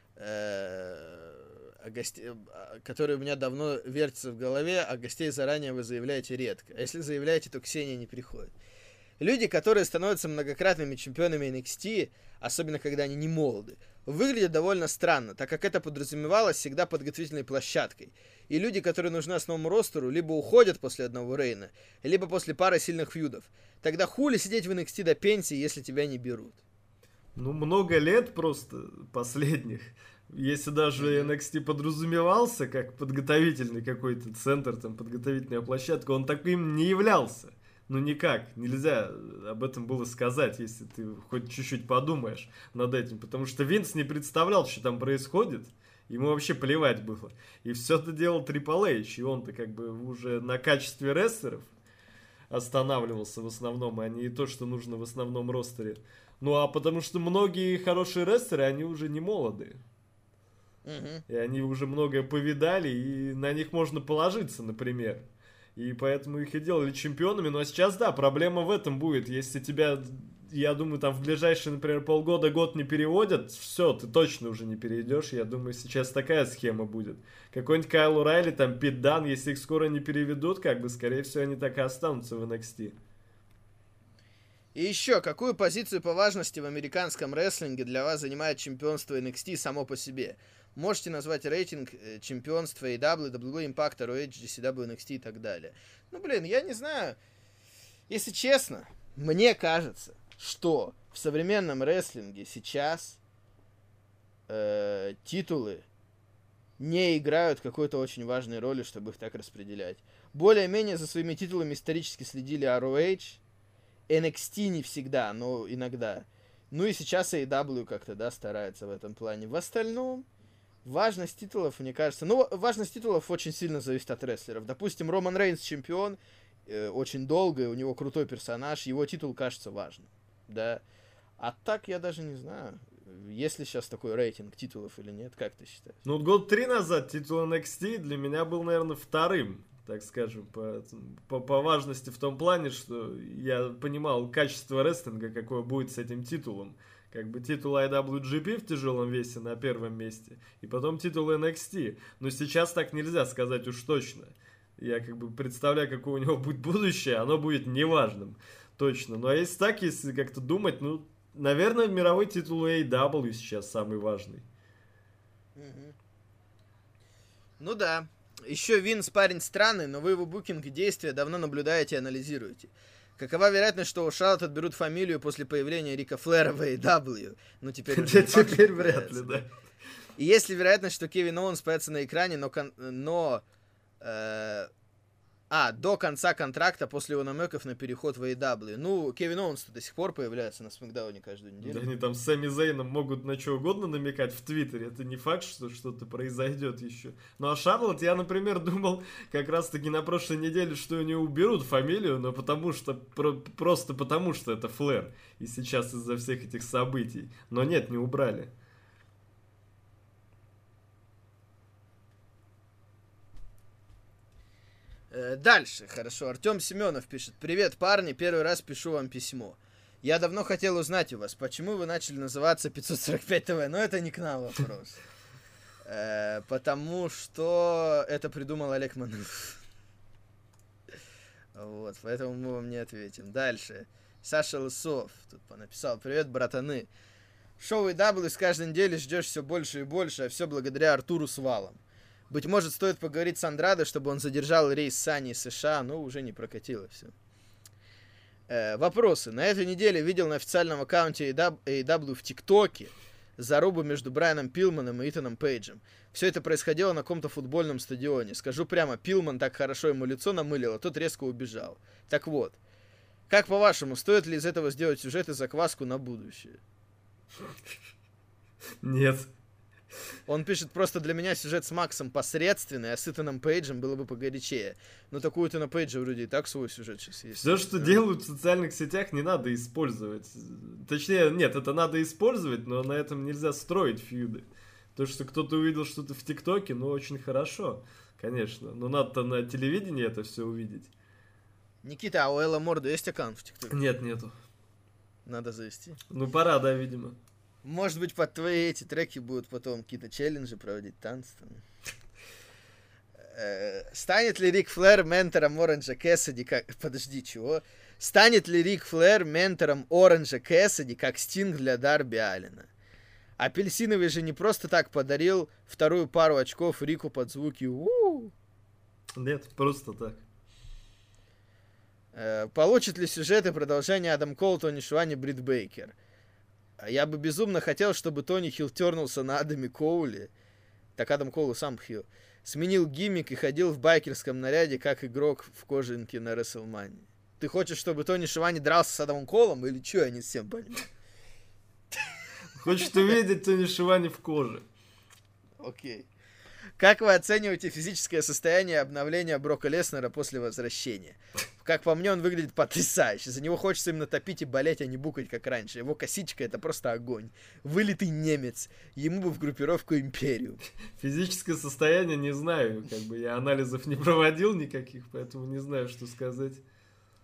э, о госте... который у меня давно вертится в голове, а гостей заранее вы заявляете редко. А если заявляете, то Ксения не приходит. Люди, которые становятся многократными чемпионами эн экс ти, особенно когда они не молоды, выглядят довольно странно, так как это подразумевалось всегда подготовительной площадкой. И люди, которые нужны основному ростеру, либо уходят после одного рейна, либо после пары сильных фьюдов. Тогда хули сидеть в эн экс ти до пенсии, если тебя не берут? Ну, много лет просто последних. Если даже эн экс ти подразумевался как подготовительный какой-то центр, там, подготовительная площадка, он таким не являлся. Ну никак, нельзя об этом было сказать, если ты хоть чуть-чуть подумаешь над этим, потому что Винс не представлял, что там происходит, ему вообще плевать было. И все это делал Трипл Эйч, и он-то как бы уже на качестве рестлеров останавливался в основном, а не то, что нужно в основном ростере. Ну а потому что многие хорошие рестлеры, они уже не молодые. Угу. И они уже многое повидали, и на них можно положиться, например. И поэтому их и делали чемпионами. Ну а сейчас, да, проблема в этом будет. Если тебя я думаю, там в ближайшие, например, полгода, год не переводят, все, ты точно уже не перейдешь. Я думаю, сейчас такая схема будет. Какой-нибудь Кайл О'Райли, там, Пит Дан, если их скоро не переведут, как бы, скорее всего, они так и останутся в эн экс ти. И еще, какую позицию по важности в американском рестлинге для вас занимает чемпионство эн экс ти само по себе? Можете назвать рейтинг чемпионства эй и дабл ю, дабл ю дабл ю Impact, ар о эйч, джи си дабл ю, эн экс ти и так далее. Ну, блин, я не знаю. Если честно, мне кажется, что в современном рестлинге сейчас э, титулы не играют какой-то очень важной роли, чтобы их так распределять. Более-менее за своими титулами исторически следили ар о эйч, эн экс ти не всегда, но иногда. Ну и сейчас эй и дабл ю как-то, да, старается в этом плане. В остальном, важность титулов, мне кажется... Ну, важность титулов очень сильно зависит от рестлеров. Допустим, Роман Рейнс чемпион, э, очень долго, у него крутой персонаж, его титул кажется важным, да. А так я даже не знаю, есть ли сейчас такой рейтинг титулов или нет, как ты считаешь? Ну, вот год три назад титул эн экс ти для меня был, наверное, вторым, так скажем, по, по, по важности в том плане, что я понимал качество рестлинга, какое будет с этим титулом. Как бы титул ай дабл ю джи пи в тяжелом весе на первом месте, и потом титул эн экс ти. Но сейчас так нельзя сказать уж точно. Я как бы представляю, какое у него будет будущее, оно будет неважным. Точно. Ну а если так, если как-то думать, ну, наверное, мировой титул эй и дабл ю сейчас самый важный. Угу. Ну да. Еще Винс парень странный, но вы его букинг и действия давно наблюдаете и анализируете. Какова вероятность, что у Шарлотт отберут фамилию после появления Рика Флэра в эй и дабл ю? Ну, теперь уже теперь вряд ли, да. И есть ли вероятность, что Кевин Оуэнс появится на экране, но... но э, а, до конца контракта после его намеков на переход в эй и дабл ю. Ну, Кевин Оуэнс до сих пор появляется на Смэкдауне каждую неделю. Да они там с Сами Зейном могут на что угодно намекать в Твиттере. Это не факт, что что-то произойдет еще. Ну а Шарлотт, я, например, думал как раз-таки на прошлой неделе, что у нее уберут фамилию, но потому что, про, просто потому что это Флэр. И сейчас из-за всех этих событий. Но нет, не убрали. Дальше, хорошо. Артем Семенов пишет. Привет, парни, первый раз пишу вам письмо. Я давно хотел узнать у вас, почему вы начали называться пятьсот сорок пять тэ вэ, но это не к нам вопрос. Э, потому что это придумал Олег Манылов. Вот, поэтому мы вам не ответим. Дальше. Саша Лысов тут написал. Привет, братаны. Шоу эй и дабл ю с каждой недели ждешь все больше и больше, а все благодаря Артуру с Валом. Быть может, стоит поговорить с Андрадо, чтобы он задержал рейс Сани из США, но уже не прокатило все. Э, вопросы. На этой неделе видел на официальном аккаунте эй и дабл ю в ТикТоке зарубу между Брайаном Пилманом и Итаном Пейджем. Все это происходило на каком-то футбольном стадионе. Скажу прямо, Пилман так хорошо ему лицо намылил, а тот резко убежал. Так вот, как по-вашему, стоит ли из этого сделать сюжет и закваску на будущее? Нет. Он пишет, просто для меня сюжет с Максом посредственный, а с Итаном Пейджем было бы погорячее. Но такую Итана Пейджа вроде и так свой сюжет сейчас есть. Все, что да? делают в социальных сетях, не надо использовать. Точнее, нет, это надо использовать, но на этом нельзя строить фьюды. То, что кто-то увидел что-то в ТикТоке, ну, очень хорошо, конечно. Но надо-то на телевидении это все увидеть. Никита, а у Элла Морда есть аккаунт в ТикТоке? Нет, нету. Надо завести. Ну, пора, да, видимо. Может быть, под твои эти треки будут потом какие-то челленджи проводить, танцы там. Станет ли Рик Флэр ментором Оранжа Кэссиди, как... Подожди, чего? Станет ли Рик Флэр ментором Оранжа Кэссиди, как Стинг для Дарби Аллена? Апельсиновый же не просто так подарил вторую пару очков Рику под звуки у-у-у. Нет, просто так. Получит ли сюжет и продолжение Адам Кол, Тони Шуани, Брит Бейкер? Я бы безумно хотел, чтобы Тони Хилл тернулся на Адаме Коуле. Так Адам Коул сам хилл. Сменил гиммик и ходил в байкерском наряде, как игрок в кожанке на Рестлмании. Ты хочешь, чтобы Тони Шивани дрался с Адамом Колом? Или что, я не всем понимаю. Хочешь увидеть Тони Шивани в коже. Окей. Как вы оцениваете физическое состояние и обновления Брока Леснера после возвращения? Как по мне, он выглядит потрясающе. За него хочется именно топить и болеть, а не букать, как раньше. Его косичка — это просто огонь. Вылитый немец. Ему бы в группировку Империум. Физическое состояние не знаю. Как бы я анализов не проводил никаких, поэтому не знаю, что сказать.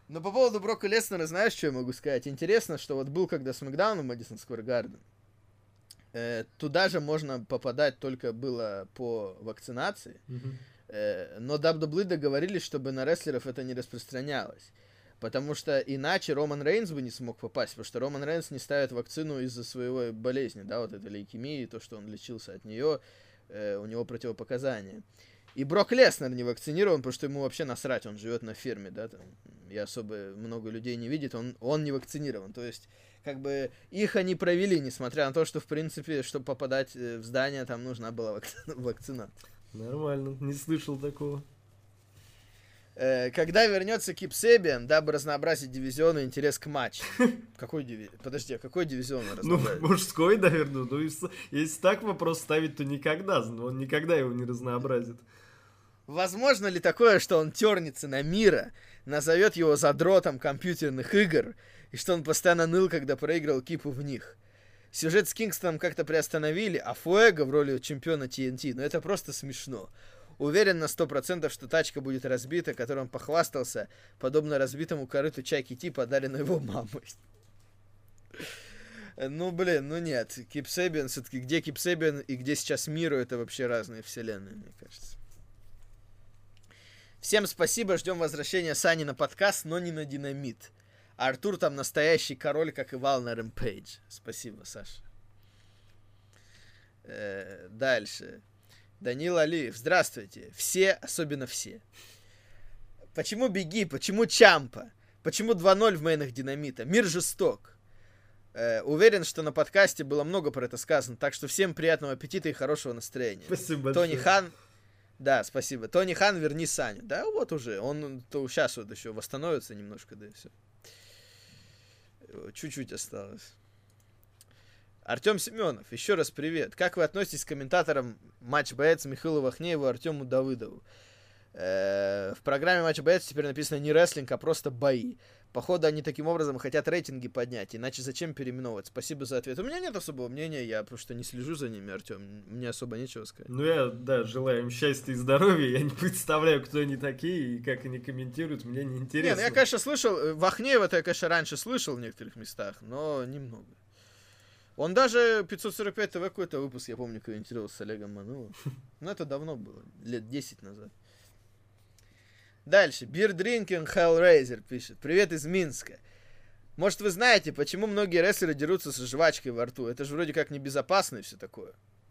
Но по поводу Брока Леснера, знаешь, что я могу сказать? Интересно, что вот был когда Смэкдаун в Мэдисон Сквер Гарден. Э, туда же можно попадать только было по вакцинации. Мгм. Э, но дабл ю дабл ю и договорились, чтобы на рестлеров это не распространялось. Потому что иначе Роман Рейнс бы не смог попасть, потому что Роман Рейнс не ставит вакцину из-за своей болезни, да, вот этой лейкемии, то, что он лечился от нее, э, у него противопоказания. И Брок Леснер не вакцинирован, потому что ему вообще насрать, он живет на ферме, да, там, и особо много людей не видит, он, он не вакцинирован. То есть, как бы, их они провели, несмотря на то, что, в принципе, чтобы попадать э, в здание, там нужна была вакци... вакцинация. Нормально, не слышал такого. Э, Когда вернется Кип Себиан, дабы разнообразить дивизион и интерес к матчу. Какой дивизион? Подожди, а какой дивизион он Ну, разнообразит? мужской, наверное. Ну, если, если так вопрос ставить, то никогда. Но он никогда его не разнообразит. Возможно ли такое, что он тернется на Мира, назовет его задротом компьютерных игр, и что он постоянно ныл, когда проигрывал Кипу в них? Сюжет с Кингстоном как-то приостановили, а Фуэго в роли чемпиона Ти Эн Ти, ну это просто смешно. Уверен на сто процентов, что тачка будет разбита, которой он похвастался, подобно разбитому корыту Чайки Ти, подаренной его мамой. Ну, блин, ну нет. Кип Себиан, все-таки где Кип Себиан и где сейчас Миру, это вообще разные вселенные, мне кажется. Всем спасибо, ждем возвращения Сани на подкаст, но не на Динамит. А Артур там настоящий король, как и Вал на Рэмпейдж. Спасибо, Саша. Э, дальше. Данил Алиев, здравствуйте. Все, особенно все. Почему Беги, почему Чампа? Почему два ноль в мейнах Динамита? Мир жесток. Э, уверен, что на подкасте было много про это сказано, так что всем приятного аппетита и хорошего настроения. Спасибо Тони большое. Хан... Да, спасибо. Тони Хан, верни Саню. Да, вот уже. Он то сейчас вот еще восстановится немножко, да и все. Чуть-чуть осталось. Артем Семенов, еще раз привет. Как вы относитесь к комментаторам Матч Боец Михаилу Вахнееву и Артему Давыдову? Э, в программе Матч Боец теперь написано не рестлинг, а просто бои. Походу, они таким образом хотят рейтинги поднять, иначе зачем переименовывать? Спасибо за ответ. У меня нет особого мнения, я просто не слежу за ними, Артем. Мне особо нечего сказать. Ну, я, да, желаю им счастья и здоровья. Я не представляю, кто они такие и как они комментируют. Мне не Не, интересно. ну я, конечно, слышал, Вахнеева-то я, конечно, раньше слышал в некоторых местах, но немного. Он даже пятьсот сорок пять ТВ какой-то выпуск, я помню, комментировал с Олегом Мануловым. Но это давно было, лет десять назад. Дальше. Beer Drinking Hellraiser пишет. Привет из Минска. Может, вы знаете, почему многие рестлеры дерутся с жвачкой во рту? Это же вроде как небезопасно и все такое.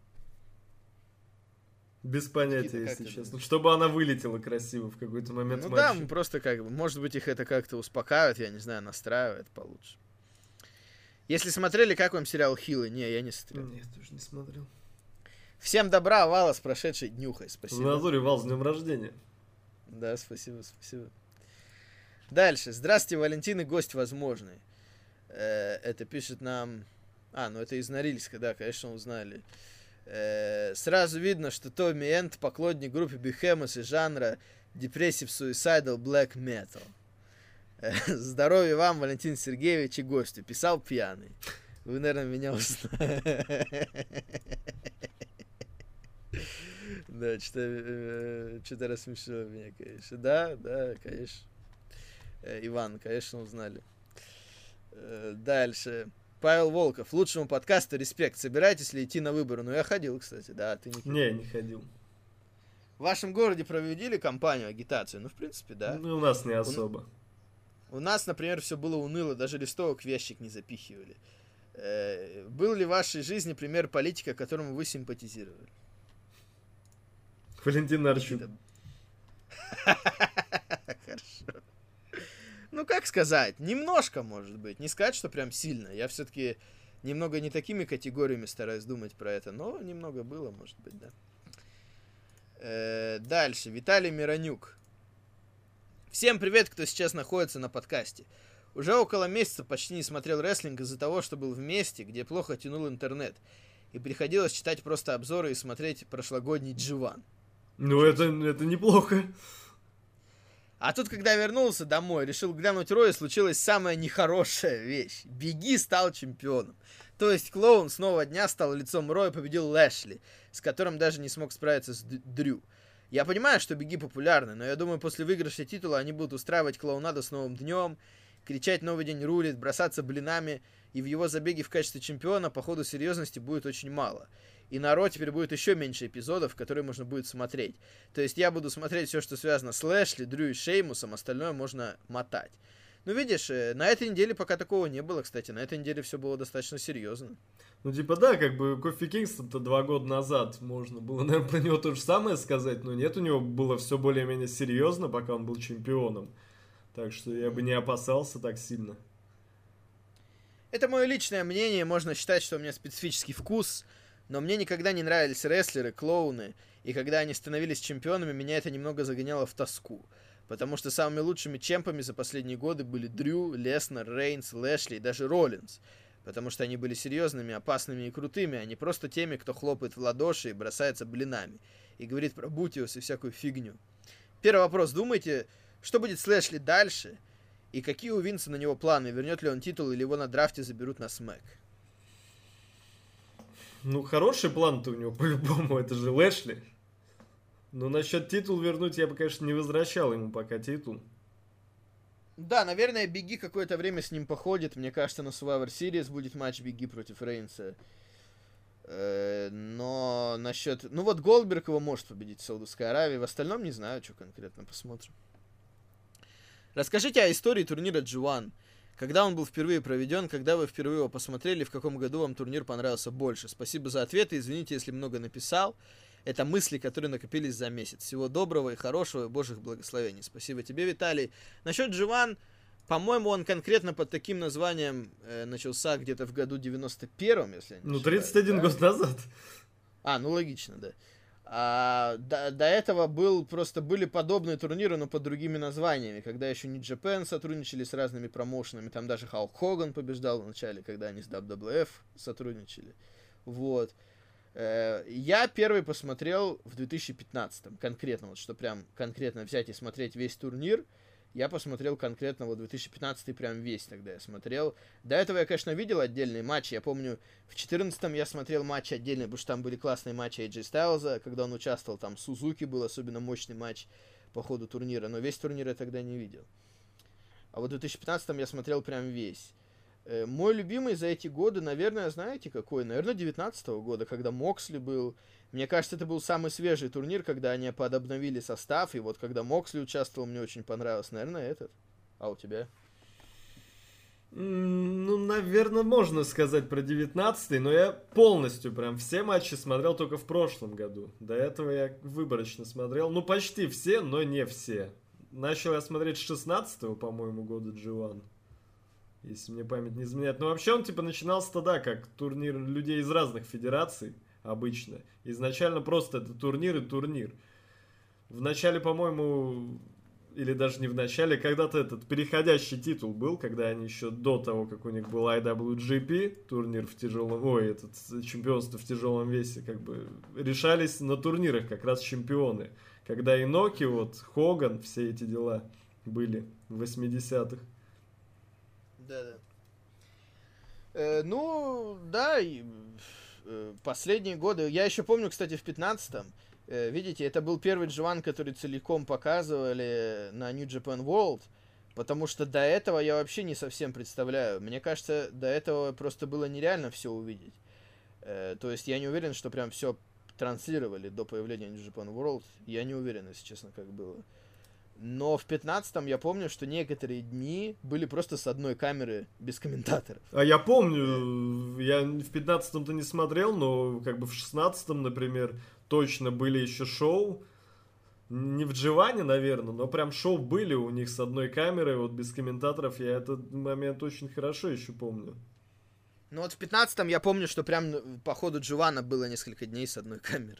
Без понятия, Никита, как если ты честно. думаешь? Чтобы она вылетела красиво в какой-то момент Ну матча. да, просто как бы, может быть, их это как-то успокаивает, я не знаю, настраивает получше. Если смотрели, как вам сериал Хилы? Не, я не смотрел. Нет, тоже не смотрел. Всем добра, Вала, с прошедшей днюхой. В Спасибо. натуре, Вал, с днем рождения. Да, спасибо, спасибо. Дальше. Здравствуйте, Валентин и гость возможный. Э, это пишет нам... А, ну это из Норильска, да, конечно, узнали. Э, сразу видно, что Томми Энд поклонник группы Behemoth и жанра Depressive Suicidal Black Metal. Э, здоровья вам, Валентин Сергеевич и гостю. Писал пьяный. Вы, наверное, меня узнали. Да, что-то, э, что-то рассмешило меня, конечно. Да, да, конечно. Э, Иван, конечно, узнали. Э, дальше. Павел Волков. Лучшему подкасту респект. Собираетесь ли идти на выборы? Ну, я ходил, кстати, да, ты не ходил. Не, не ходил. В вашем городе проводили кампанию, агитацию? Ну, в принципе, да. Ну, у нас не особо. У нас, например, все было уныло, даже листовок в ящик не запихивали. Э, был ли в вашей жизни пример политика, которому вы симпатизировали? Валентин Арчук. Хорошо. Ну, как сказать, немножко, может быть. Не сказать, что прям сильно. Я все-таки немного не такими категориями стараюсь думать про это, но немного было, может быть, да. Э, дальше. Виталий Миронюк. Всем привет, кто сейчас находится на подкасте. Уже около месяца почти не смотрел рестлинг из-за того, что был в месте, где плохо тянул интернет. И приходилось читать просто обзоры и смотреть прошлогодний джи один. Ну, это, это неплохо. А тут, когда вернулся домой, решил глянуть Ро, и случилась самая нехорошая вещь. Беги стал чемпионом. То есть клоун с нового дня стал лицом Ро и победил Лэшли, с которым даже не смог справиться с Д- Дрю. Я понимаю, что Биг И популярны, но я думаю, после выигрыша титула они будут устраивать клоунаду с новым днем, кричать «Новый день рулит», бросаться блинами, и в его забеге в качестве чемпиона, по ходу серьезности, будет очень мало. И на Ро теперь будет еще меньше эпизодов, которые можно будет смотреть. То есть я буду смотреть все, что связано с Лэшли, Дрю и Шеймусом, остальное можно мотать. Ну, видишь, на этой неделе пока такого не было, кстати. На этой неделе все было достаточно серьезно. Ну, типа, да, как бы Кофи Кингстон-то два года назад можно было, наверное, про него то же самое сказать, но нет, у него было все более-менее серьезно, пока он был чемпионом. Так что я бы не опасался так сильно. Это мое личное мнение, можно считать, что у меня специфический вкус, но мне никогда не нравились рестлеры, клоуны, и когда они становились чемпионами, меня это немного загоняло в тоску. Потому что самыми лучшими чемпами за последние годы были Дрю, Леснер, Рейнс, Лэшли и даже Роллинс. Потому что они были серьезными, опасными и крутыми, а не просто теми, кто хлопает в ладоши и бросается блинами. И говорит про Бутиус и всякую фигню. Первый вопрос. Думаете, что будет с Лэшли дальше? И какие у Винса на него планы? Вернет ли он титул или его на драфте заберут на Смэк? Ну, хороший план-то у него по-любому, это же Лэшли. Ну, насчет титул вернуть я бы, конечно, не возвращал ему пока титул. Да, наверное, Биг И какое-то время с ним походит. Мне кажется, на Survivor Series будет матч Биг И против Рейнса. Э, но насчет... Ну вот Голдберг его может победить в Саудовской Аравии. В остальном не знаю, что конкретно, посмотрим. Расскажите о истории турнира джи один. Когда он был впервые проведен, когда вы впервые его посмотрели, в каком году вам турнир понравился больше? Спасибо за ответы, извините, если много написал. Это мысли, которые накопились за месяц. Всего доброго и хорошего, и божьих благословений. Спасибо тебе, Виталий. Насчет джи один, по-моему, он конкретно под таким названием э, начался где-то в году девяносто первом, если я не Ну, ошибаюсь, тридцать один да? год назад. А, ну логично, да. А, до, до этого был, просто были подобные турниры, но под другими названиями. Когда еще New Japan сотрудничали с разными промоушенами. Там даже Халк Хоган побеждал в начале, когда они с дабл ю дабл ю эф сотрудничали. Вот. Я первый посмотрел в две тысячи пятнадцатом, конкретно, вот что прям конкретно взять и смотреть весь турнир, я посмотрел конкретно вот две тысячи пятнадцатый прям весь тогда я смотрел. До этого я, конечно, видел отдельные матчи, я помню, в четырнадцатом я смотрел матчи отдельные, потому что там были классные матчи эй джей Стайлза, когда он участвовал, там Сузуки был особенно мощный матч по ходу турнира, но весь турнир я тогда не видел. А вот в две тысячи пятнадцатом я смотрел прям весь. Мой любимый за эти годы, наверное, знаете какой? Наверное, девятнадцатого года, когда Моксли был. Мне кажется, это был самый свежий турнир, когда они подобновили состав. И вот когда Моксли участвовал, мне очень понравилось. Наверное, этот. А у тебя? Ну, наверное, можно сказать про девятнадцатый, но я полностью прям все матчи смотрел только в прошлом году. До этого я выборочно смотрел. Ну, почти все, но не все. Начал я смотреть с шестнадцатого, по-моему, года джи один. Если мне память не изменяет. Но вообще он типа начинался тогда, как турнир людей из разных федераций обычно. Изначально просто это турнир и турнир. В начале, по-моему, или даже не в начале, когда-то этот переходящий титул был, когда они еще до того, как у них был ай дабл ю джи пи, турнир в тяжелом, ой, этот чемпионство в тяжелом весе, как бы решались на турнирах как раз чемпионы. Когда Иноки, вот, Хоган, все эти дела были в восьмидесятых. Да-да. Э, ну, да, и, э, последние годы. Я еще помню, кстати, в пятнадцатом. Э, видите, это был первый джи один, который целиком показывали на New Japan World. Потому что до этого я вообще не совсем представляю. Мне кажется, до этого просто было нереально все увидеть. Э, то есть я не уверен, что прям все транслировали до появления New Japan World. Я не уверен, если честно, как было. Но в пятнадцатом я помню, что некоторые дни были просто с одной камеры без комментаторов. А я помню, я в пятнадцатом-то не смотрел, но как бы в шестнадцатом, например, точно были еще шоу. Не в джи один, наверное, но прям шоу были у них с одной камерой, вот без комментаторов. Я этот момент очень хорошо еще помню. Ну вот в пятнадцатом я помню, что прям по ходу джи один было несколько дней с одной камерой.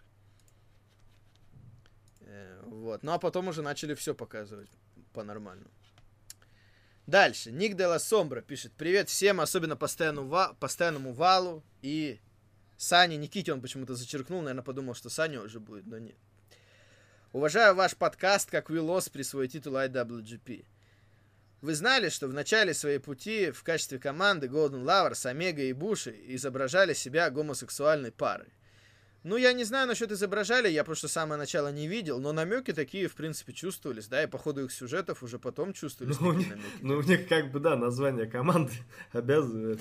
Вот. Ну а потом уже начали все показывать по-нормальному. Дальше. Ник де ла Сомбра пишет: привет всем, особенно постоянному, ва- постоянному Валу и Сане. Никите он почему-то зачеркнул, наверное, подумал, что Саня уже будет, но нет. Уважаю ваш подкаст, как Уилл Оспри свой титул ай дабл ю джи пи. Вы знали, что в начале своей пути в качестве команды Golden Lovers, Омега и Буши изображали себя гомосексуальной парой? Ну, я не знаю насчет изображали, я просто с самого начала не видел, но намеки такие, в принципе, чувствовались, да, и по ходу их сюжетов уже потом чувствовались ну, такие у намеки. Ну, у них как бы, да, название команды обязывает.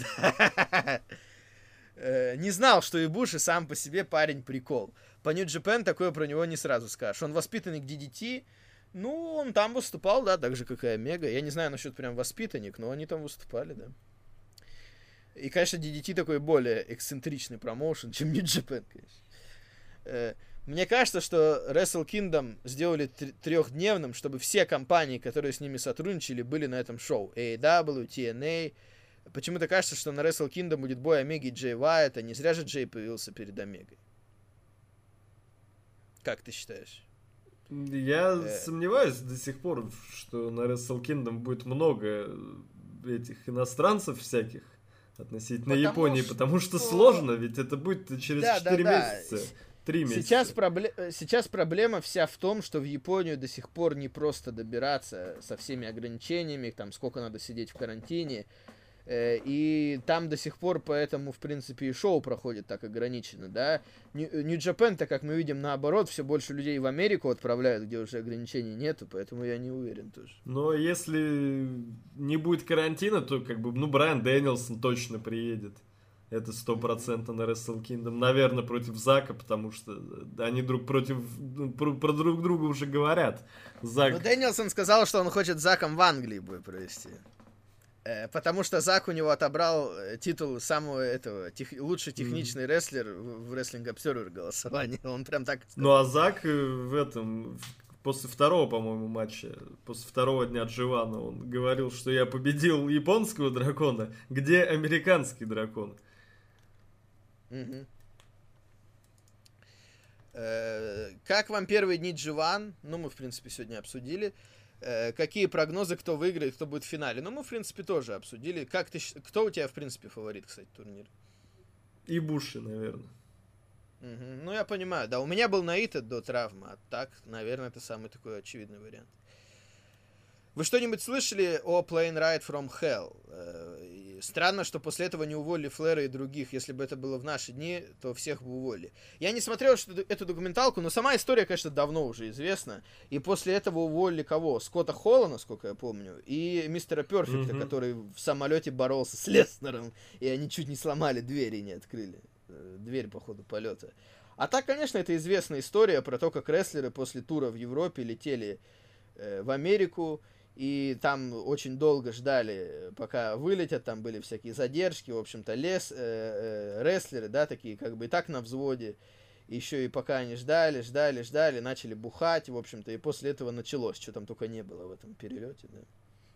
Не знал, что и Буш и сам по себе парень прикол. По New Japan такое про него не сразу скажешь. Он воспитанник ди ди ти, ну, он там выступал, да, так же, как и Омега. Я не знаю насчет прям воспитанник, но они там выступали, да. И, конечно, ди ди ти такой более эксцентричный промоушен, чем New Japan, конечно. Мне кажется, что Wrestle Kingdom сделали трехдневным, чтобы все компании, которые с ними сотрудничали, были на этом шоу. эй эй дабл ю, ти эн эй. Почему-то кажется, что на Wrestle Kingdom будет бой Омеги и Джей Уайта. Не зря же Джей появился перед Омегой. Как ты считаешь? Я э... сомневаюсь до сих пор, что на Wrestle Kingdom будет много этих иностранцев всяких относительно потому Японии, что... потому что сложно, ведь это будет через да, четыре да, месяца. Да. Три месяца. Сейчас, пробле... Сейчас проблема вся в том, что в Японию до сих пор не просто добираться со всеми ограничениями, там сколько надо сидеть в карантине. И там до сих пор поэтому, в принципе, и шоу проходит так ограниченно, да. New Japan-то, как мы видим, наоборот, все больше людей в Америку отправляют, где уже ограничений нету, поэтому я не уверен тоже. Но если не будет карантина, то, как бы, ну, Брайан Дэнилсон точно приедет. Это сто процентов на Wrestle Kingdom. Наверное, против Зака, потому что они друг против про, про друг друга уже говорят. Зак... Ну, Дэнилсон сказал, что он хочет с Заком в Англии бой провести. Э, потому что Зак у него отобрал титул самого этого тех, лучший техничный mm-hmm. рестлер в Wrestling Observer голосовании. Он прям так сказал. Ну, а Зак в этом... После второго, по-моему, матча, после второго дня Дживана, он говорил, что я победил японского дракона, где американский дракон. Угу. Э, как вам первые дни Дживан? Ну, мы, в принципе, сегодня обсудили. Э, какие прогнозы, кто выиграет, кто будет в финале? Ну, мы, в принципе, тоже обсудили. Как ты, кто у тебя, в принципе, фаворит, кстати, турнира? Ибуши, наверное. Угу. Ну, я понимаю. Да, у меня был Наита до травмы, а так, наверное, это самый такой очевидный вариант. Вы что-нибудь слышали о Plane Ride from Hell? Э, странно, что после этого не уволили Флэра и других. Если бы это было в наши дни, то всех бы уволили. Я не смотрел что, эту документалку, но сама история, конечно, давно уже известна. И после этого уволили кого? Скотта Холла, насколько я помню, и мистера Перфекта, mm-hmm. который в самолете боролся с Леснером, и они чуть не сломали дверь и не открыли. Э, дверь по ходу полета. А так, конечно, это известная история про то, как рестлеры после тура в Европе летели э, в Америку. И там очень долго ждали, пока вылетят, там были всякие задержки, в общем-то, лес, э, э, рестлеры, да, такие как бы и так на взводе, еще и пока они ждали, ждали, ждали, начали бухать, в общем-то, и после этого началось, что там только не было в этом перелете, да.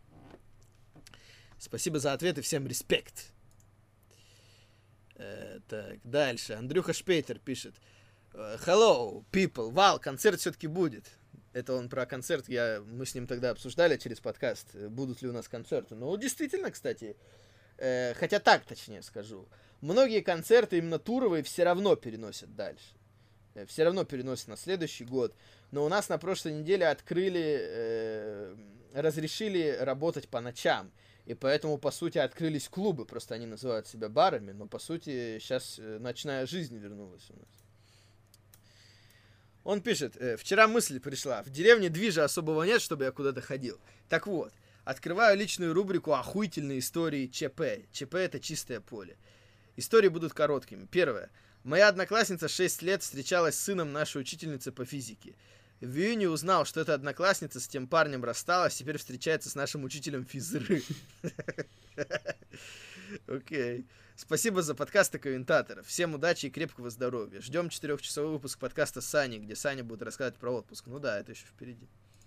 Спасибо за ответ и всем респект. Э, так, дальше. Андрюха Шпейтер пишет. Hello, people. Вау, концерт все-таки будет. Это он про концерт, я, мы с ним тогда обсуждали через подкаст, будут ли у нас концерты. Ну, действительно, кстати, э, хотя так, точнее скажу, многие концерты именно туровые все равно переносят дальше. Э, все равно переносят на следующий год. Но у нас на прошлой неделе открыли, э, разрешили работать по ночам. И поэтому, по сути, открылись клубы. Просто они называют себя барами, но, по сути, сейчас ночная жизнь вернулась у нас. Он пишет, вчера мысль пришла, в деревне движа особого нет, чтобы я куда-то ходил. Так вот, открываю личную рубрику «Охуительные истории ЧП». ЧП — это чистое поле. Истории будут короткими. Первое. Моя одноклассница шесть лет встречалась с сыном нашей учительницы по физике. В июне узнал, что эта одноклассница с тем парнем рассталась, теперь встречается с нашим учителем физры. Окей. Спасибо за подкаст и комментаторов. Всем удачи и крепкого здоровья. Ждем четырехчасовой выпуск подкаста Сани, где Саня будет рассказывать про отпуск. Ну да, это еще впереди.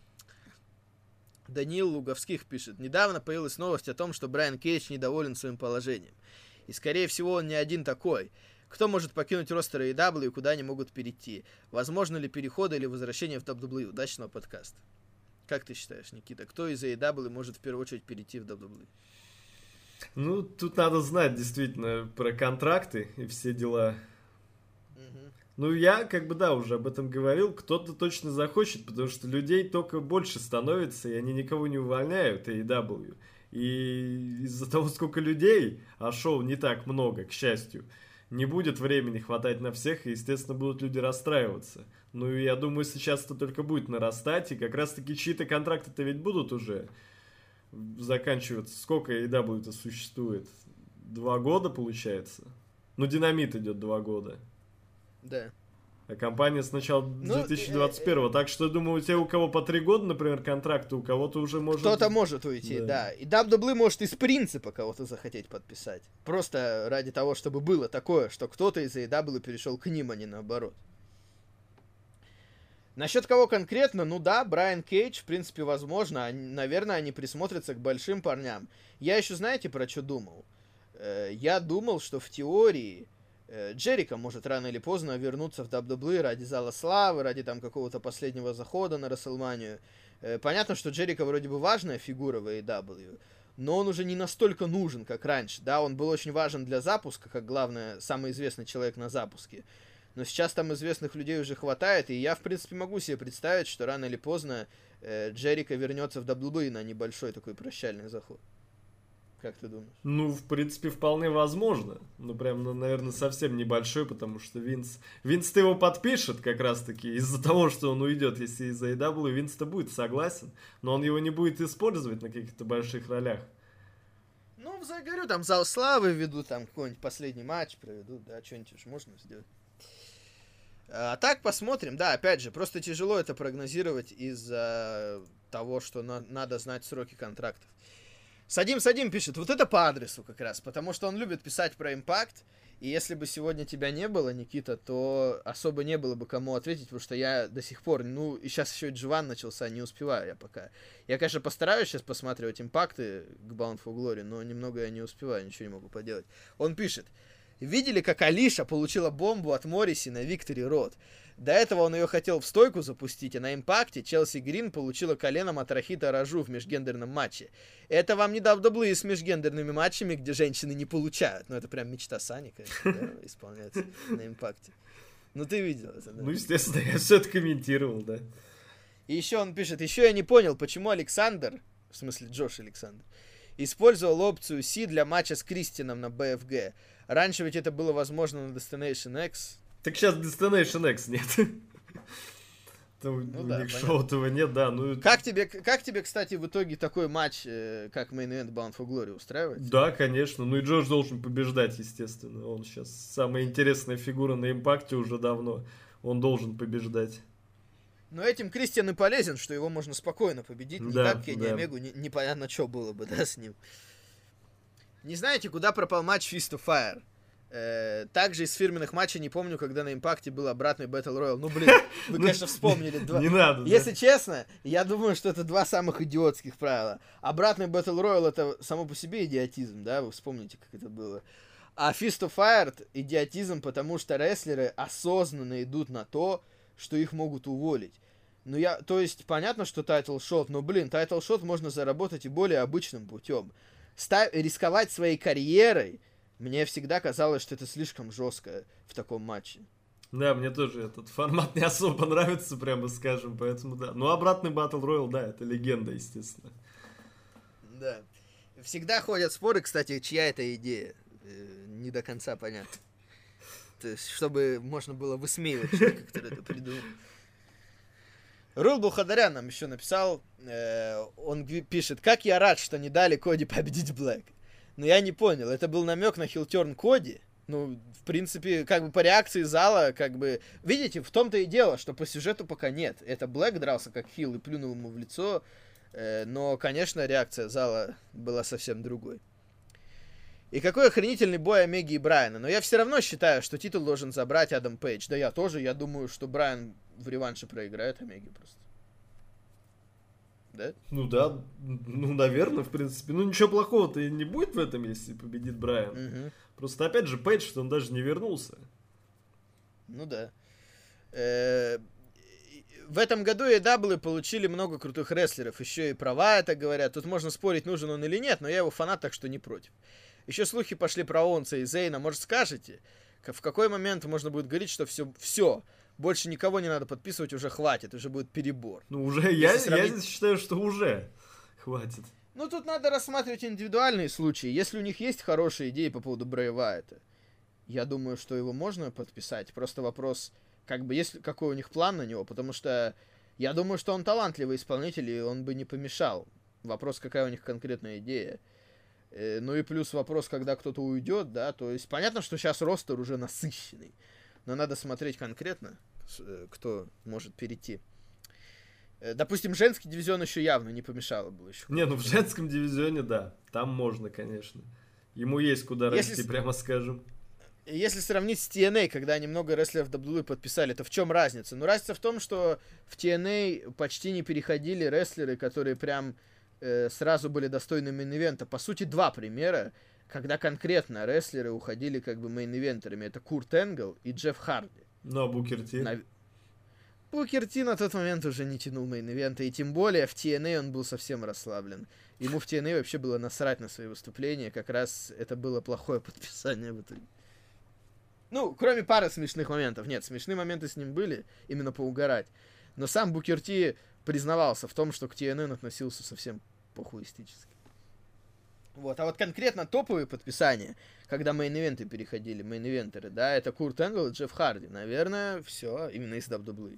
Даниил Луговских пишет. Недавно появилась новость о том, что Брайан Кейдж недоволен своим положением. И скорее всего он не один такой. Кто может покинуть ростер эй и дабл ю и куда они могут перейти? Возможно ли переходы или возвращение в дабл ю дабл ю и? Удачного подкаста. Как ты считаешь, Никита, кто из эй и дабл ю может в первую очередь перейти в дабл ю дабл ю? Ну, тут надо знать действительно про контракты и все дела. Угу. Ну, я, как бы, да, уже об этом говорил. Кто-то точно захочет, потому что людей только больше становится, и они никого не увольняют, эй и дабл ю. И из-за того, сколько людей, а шоу не так много, к счастью, не будет времени хватать на всех, и, естественно, будут люди расстраиваться. Ну и я думаю, сейчас это только будет нарастать, и как раз-таки чьи-то контракты-то ведь будут уже заканчиваться. Сколько эй и дабл ю-то существует? Два года, получается? Ну, Динамит идет два года. Да. А компания с начала Ну, две тысячи двадцать первого. Так что, я думаю, у тебя, у кого по три года, например, контракты, у кого-то уже может... Кто-то может уйти, Да. да. И дабл ю дабл ю и может из принципа кого-то захотеть подписать. Просто ради того, чтобы было такое, что кто-то из эй и дабл ю перешел к ним, а не наоборот. Насчет кого конкретно, ну да, Брайан Кейдж, в принципе, возможно. Они, наверное, они присмотрятся к большим парням. Я еще, знаете, про что думал? Э, я думал, что в теории э, Джерико может рано или поздно вернуться в дабл ю дабл ю и ради Зала Славы, ради там какого-то последнего захода на Расселманию. Э, понятно, что Джерико вроде бы важная фигура в эй и дабл ю, но он уже не настолько нужен, как раньше. Да, он был очень важен для запуска, как, главное, самый известный человек на запуске. Но сейчас там известных людей уже хватает, и я, в принципе, могу себе представить, что рано или поздно э, Джерико вернется в дабл ю дабл ю и на небольшой такой прощальный заход. Как ты думаешь? Ну, в принципе, вполне возможно. Ну, прям, ну, наверное, совсем небольшой, потому что Винс... Винс-то его подпишет как раз-таки из-за того, что он уйдет, если из эй и дабл ю. Винс-то будет согласен, но он его не будет использовать на каких-то больших ролях. Ну, я говорю, там Зал Славы ведут, там какой-нибудь последний матч проведут, да, что-нибудь уж можно сделать. А так посмотрим, да, опять же, просто тяжело это прогнозировать из-за того, что на- надо знать сроки контрактов. Садим, Садим пишет, вот это по адресу как раз, потому что он любит писать про импакт, и если бы сегодня тебя не было, Никита, то особо не было бы кому ответить, потому что я до сих пор, ну, и сейчас еще и джи один начался, не успеваю я пока. Я, конечно, постараюсь сейчас посматривать импакты к Bound for Glory, но немного я не успеваю, ничего не могу поделать. Он пишет, видели, как Алиша получила бомбу от Морриси на Виктори Род? До этого он ее хотел в стойку запустить, а на импакте Челси Грин получила коленом от Рахита Ражу в межгендерном матче. Это вам не дабл ю дабл ю и с межгендерными матчами, где женщины не получают. Ну, это прям мечта Сани, конечно, да, исполняется на импакте. Ну, ты видел это, да? Ну, естественно, я все это комментировал, да. И еще он пишет, еще я не понял, почему Александр, в смысле Джош Александр, использовал опцию C для матча с Кристианом на би эф джи. Раньше ведь это было возможно на Destination X. Так сейчас Destination X нет. Там Ну у да, них понятно. шоу-того нет, да. Ну, Как тебе, как тебе, кстати, в итоге такой матч, э, как Main Event Bound for Glory, устраивает? да, конечно. Ну и Джош должен побеждать, естественно. Он сейчас самая интересная фигура на импакте уже давно. Он должен побеждать. Но этим Кристиан и полезен, что его можно спокойно победить. Не Да, как Кенни да. Омегу, не- непонятно, что было бы, да, с ним. Не знаете, куда пропал матч Fist of Fire? Э, также из фирменных матчей не помню, когда на импакте был обратный Battle Royale. Ну, блин, вы, конечно, вспомнили два. Не надо, да. Если честно, я думаю, что это два самых идиотских правила. Обратный Battle Royale — это само по себе идиотизм, да, вы вспомните, как это было. А Fist of Fire — идиотизм, потому что рестлеры осознанно идут на то, что их могут уволить. Ну, я, то есть, понятно, что title shot, но, блин, title shot можно заработать и более обычным путем. Ста- рисковать своей карьерой, мне всегда казалось, что это слишком жестко в таком матче. Да, мне тоже этот формат не особо нравится, прямо скажем, поэтому да. Ну, обратный Battle Royale, да, это легенда, естественно. Да. Всегда ходят споры, кстати, чья это идея. Э, не до конца понятно. То есть, чтобы можно было высмеивать человека, который это придумал. Рул Бухадарян нам еще написал, э, он г- пишет, как я рад, что не дали Коди победить Блэк. Но я не понял, это был намек на хилтерн Коди? Ну, в принципе, как бы по реакции зала, как бы... Видите, в том-то и дело, что по сюжету пока нет. Это Блэк дрался как хил и плюнул ему в лицо, э, но, конечно, реакция зала была совсем другой. И какой охренительный бой Омеги и Брайана. Но я все равно считаю, что титул должен забрать Адам Пейдж. Да я тоже, я думаю, что Брайан в реванше проиграет Омеги просто. Да? Ну да, ну, наверное, в принципе. Ну, ничего плохого-то и не будет в этом, если победит Брайан. Мгм. Просто, опять же, Пейдж, что он даже не вернулся. Ну да. Э, В этом году эй дабл ю получили много крутых рестлеров. Еще и права это говорят. Тут можно спорить, нужен он или нет, но я его фанат, так что не против. Еще слухи пошли про Оуэнса и Зейна. Может, скажете, к- в какой момент можно будет говорить, что все, все, больше никого не надо подписывать, уже хватит, уже будет перебор. Ну, уже, я, Если я сравнить- здесь считаю, что уже хватит. Ну, тут надо рассматривать индивидуальные случаи. Если у них есть хорошие идеи по поводу Брэя Уайта, я думаю, что его можно подписать. Просто вопрос, как бы, есть какой у них план на него, потому что я думаю, что он талантливый исполнитель, и он бы не помешал. Вопрос, какая у них конкретная идея. Ну и плюс вопрос, когда кто-то уйдет, да, то есть понятно, что сейчас ростер уже насыщенный, но надо смотреть конкретно, кто может перейти. Допустим, женский дивизион еще явно не помешало бы еще. Не, ну в женском дивизионе, да, там можно, конечно. Ему есть куда расти, Если... прямо скажем. Если сравнить с ти эн эй, когда они много рестлеров дабл ю дабл ю и подписали, то в чем разница? Ну, разница в том, что в ти эн эй почти не переходили рестлеры, которые прям э, сразу были достойны мейн-ивента. По сути, два примера, когда конкретно рестлеры уходили как бы мейн-ивентерами. Это Курт Энгл и Джефф Харди. Ну, а Букер Ти? На... Букер Ти на тот момент уже не тянул мейн-ивента, и тем более в ти эн эй он был совсем расслаблен. Ему в ти эн эй вообще было насрать на свои выступления, как раз это было плохое подписание в итоге. Ну, кроме пары смешных моментов. Нет, смешные моменты с ним были, именно поугарать. Но сам Букер Ти признавался в том, что к ти эн эн относился совсем похуистически. Вот, а вот конкретно топовые подписания, когда мейн-ивенты переходили, мейн-ивентеры, да, это Курт Энгл и Джефф Харди. Наверное, все, именно из дабл ю дабл ю и.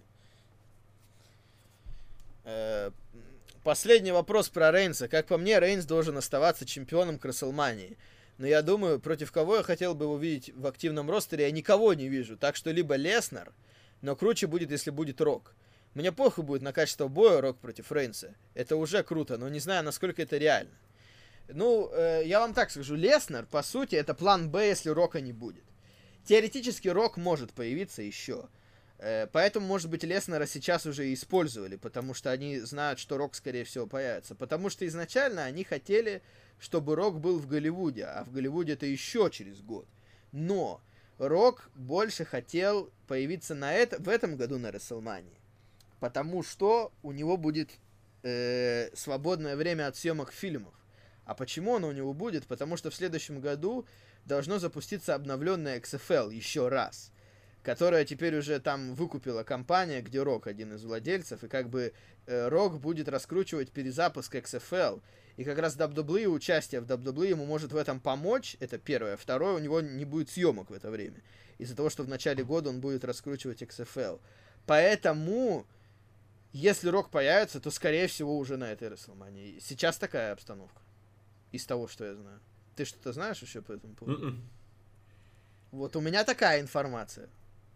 Э, последний вопрос про Рейнса. Как по мне, Рейнс должен оставаться чемпионом к Расселмании. Но я думаю, против кого я хотел бы его видеть в активном ростере, я никого не вижу. Так что либо Леснар, но круче будет, если будет Рок. Мне похуй будет на качество боя Рок против Рейнса. Это уже круто, но не знаю, насколько это реально. Ну, э, я вам так скажу, Леснар, по сути, это план Б, если Рока не будет. Теоретически Рок может появиться еще. Э, поэтому, может быть, Леснара сейчас уже и использовали, потому что они знают, что Рок, скорее всего, появится. Потому что изначально они хотели, чтобы Рок был в Голливуде, а в Голливуде это еще через год. Но Рок больше хотел появиться на это, в этом году на Расселмании, потому что у него будет э, свободное время от съемок фильмов. А почему оно у него будет? Потому что в следующем году должно запуститься обновленная икс эф эл еще раз, которая теперь уже там выкупила компания, где Рок один из владельцев, и как бы э, Рок будет раскручивать перезапуск икс эф эл. И как раз дабл ю дабл ю и, участие в дабл ю дабл ю и ему может в этом помочь, это первое. Второе, у него не будет съемок в это время, из-за того, что в начале года он будет раскручивать икс эф эл. Поэтому, если Рок появится, то, скорее всего, уже на этой Расселмании. Сейчас такая обстановка, из того, что я знаю. Ты что-то знаешь еще по этому поводу? Mm-mm. Вот у меня такая информация.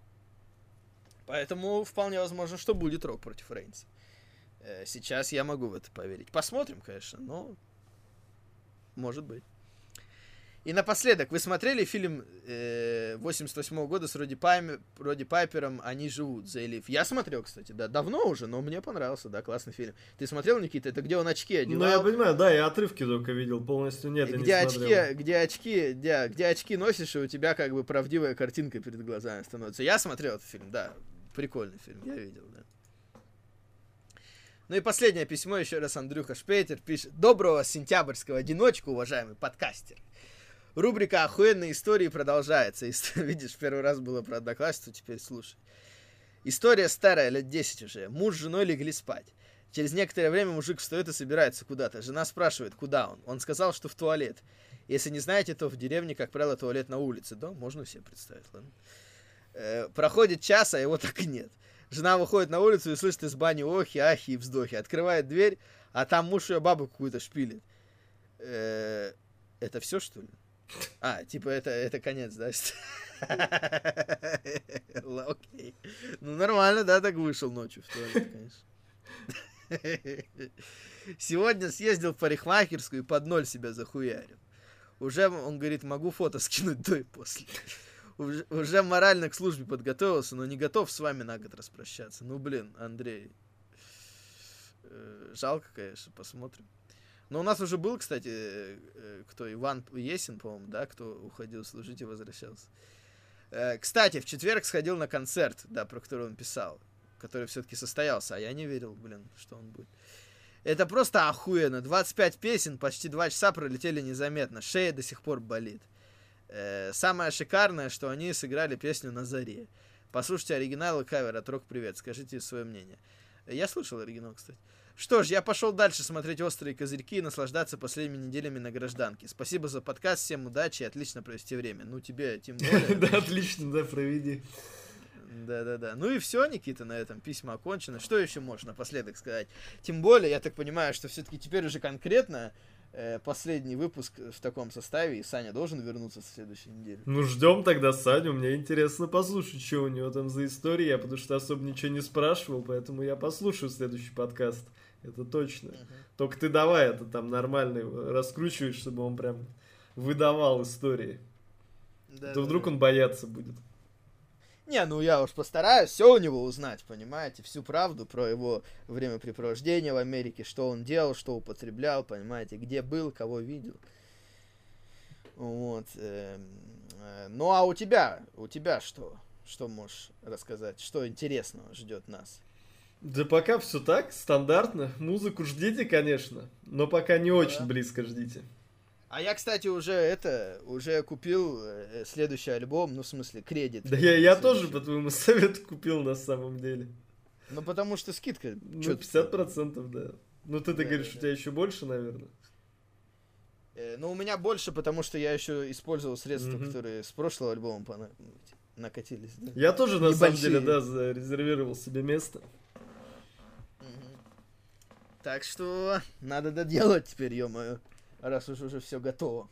Поэтому вполне возможно, что будет Рок против Рейнса. Сейчас я могу в это поверить. Посмотрим, конечно, но может быть. И напоследок, вы смотрели фильм э, восемьдесят восьмого года с Роди, Пайм... Роди Пайпером «Они живут», заявив? Я смотрел, кстати, да, давно уже, но мне понравился, да, классный фильм. Ты смотрел, Никита? Это где он очки одевал? Ну, я понимаю, да, я отрывки только видел, полностью нет, я где не очки, смотрел. Где очки, где, где очки носишь, и у тебя как бы правдивая картинка перед глазами становится. Я смотрел этот фильм, да, прикольный фильм, я видел, да. Ну и последнее письмо, еще раз Андрюха Шпейтер пишет. Доброго сентябрьского одиночку, уважаемый подкастер. Рубрика «Охуенные истории» продолжается. Видишь, первый раз было про одноклассницу, теперь слушай. История старая, лет десять уже. Муж с женой легли спать. Через некоторое время мужик встает и собирается куда-то. Жена спрашивает, куда он. Он сказал, что в туалет. Если не знаете, то в деревне, как правило, туалет на улице. Да, можно себе представить, ладно? Э, проходит час, а его так и нет. Жена выходит на улицу и слышит из бани охи, ахи и вздохи. Открывает дверь, а там муж ее бабу какую-то шпилит. Э, это все, что ли? А, типа это, это конец, да? Окей. Ну, нормально, да, так вышел ночью в туалет, конечно. Сегодня съездил в парикмахерскую и под ноль себя захуярил. Уже, он говорит, могу фото скинуть до и после. Уже, уже морально к службе подготовился, но не готов с вами на год распрощаться. Ну, блин, Андрей. Э, жалко, конечно, посмотрим. Но у нас уже был, кстати, э, кто, Иван Есин, по-моему, да, кто уходил служить и возвращался. Э, кстати, в четверг сходил на концерт, да, про который он писал, который все-таки состоялся, а я не верил, блин, что он будет. Это просто охуенно. двадцать пять песен, почти два часа пролетели незаметно. Шея до сих пор болит. Э, самое шикарное, что они сыграли песню «На заре». Послушайте оригинал и кавер от «Рок Привет», скажите свое мнение. Я слушал оригинал, кстати. Что ж, я пошел дальше смотреть «Острые козырьки» и наслаждаться последними неделями на гражданке. Спасибо за подкаст, всем удачи и отлично провести время. Ну, тебе тем более. Да, отлично, да, проведи. Да-да-да. Ну и все, Никита, на этом письма окончено. Что еще можно напоследок сказать? Тем более, я так понимаю, что все-таки теперь уже конкретно э, последний выпуск в таком составе, и Саня должен вернуться в следующей неделе. Ну, ждем тогда Саню. Мне интересно послушать, что у него там за история. Я потому что особо ничего не спрашивал, поэтому я послушаю следующий подкаст. Это точно. Uh-huh. Только ты давай это там нормально раскручиваешь, чтобы он прям выдавал истории. Да, то да, вдруг да. он бояться будет. Не, ну я уж постараюсь все у него узнать, понимаете, всю правду про его времяпрепровождение в Америке, что он делал, что употреблял, понимаете, где был, кого видел. Вот. Ну а у тебя, у тебя что? Что можешь рассказать? Что интересного ждет нас? Да пока все так, стандартно. Музыку ждите, конечно, но пока не да. очень близко ждите. А я, кстати, уже это, уже купил э, следующий альбом, ну, в смысле, кредит. Да я, я тоже по твоему совету купил, на самом деле. Ну, потому что скидка... Ну, пятьдесят процентов, да. Ну, ты, ты да, говоришь, да. у тебя еще больше, наверное. Э, ну, у меня больше, потому что я еще использовал средства, mm-hmm. которые с прошлого альбома пона... накатились. Да? Я тоже, на Небольшие. самом деле, да, зарезервировал себе место. Mm-hmm. Так что надо доделать теперь, ё-моё. Раз уж уже все готово.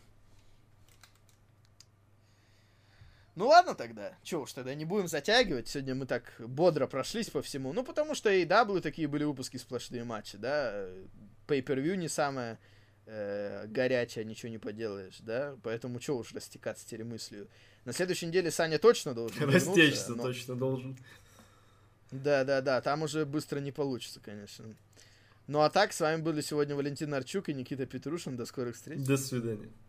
Ну ладно тогда. Че уж тогда не будем затягивать. Сегодня мы так бодро прошлись по всему. Ну потому что эй и дабл ю такие были выпуски, сплошные матчи, да. Pay-per-view не самое э, горячее, ничего не поделаешь, да. Поэтому че уж растекаться теперь мыслью. На следующей неделе Саня точно должен растечься, но... точно должен. Да-да-да, там уже быстро не получится, конечно. Ну а так, с вами были сегодня Валентин Арчук и Никита Петрушин. До скорых встреч. До свидания.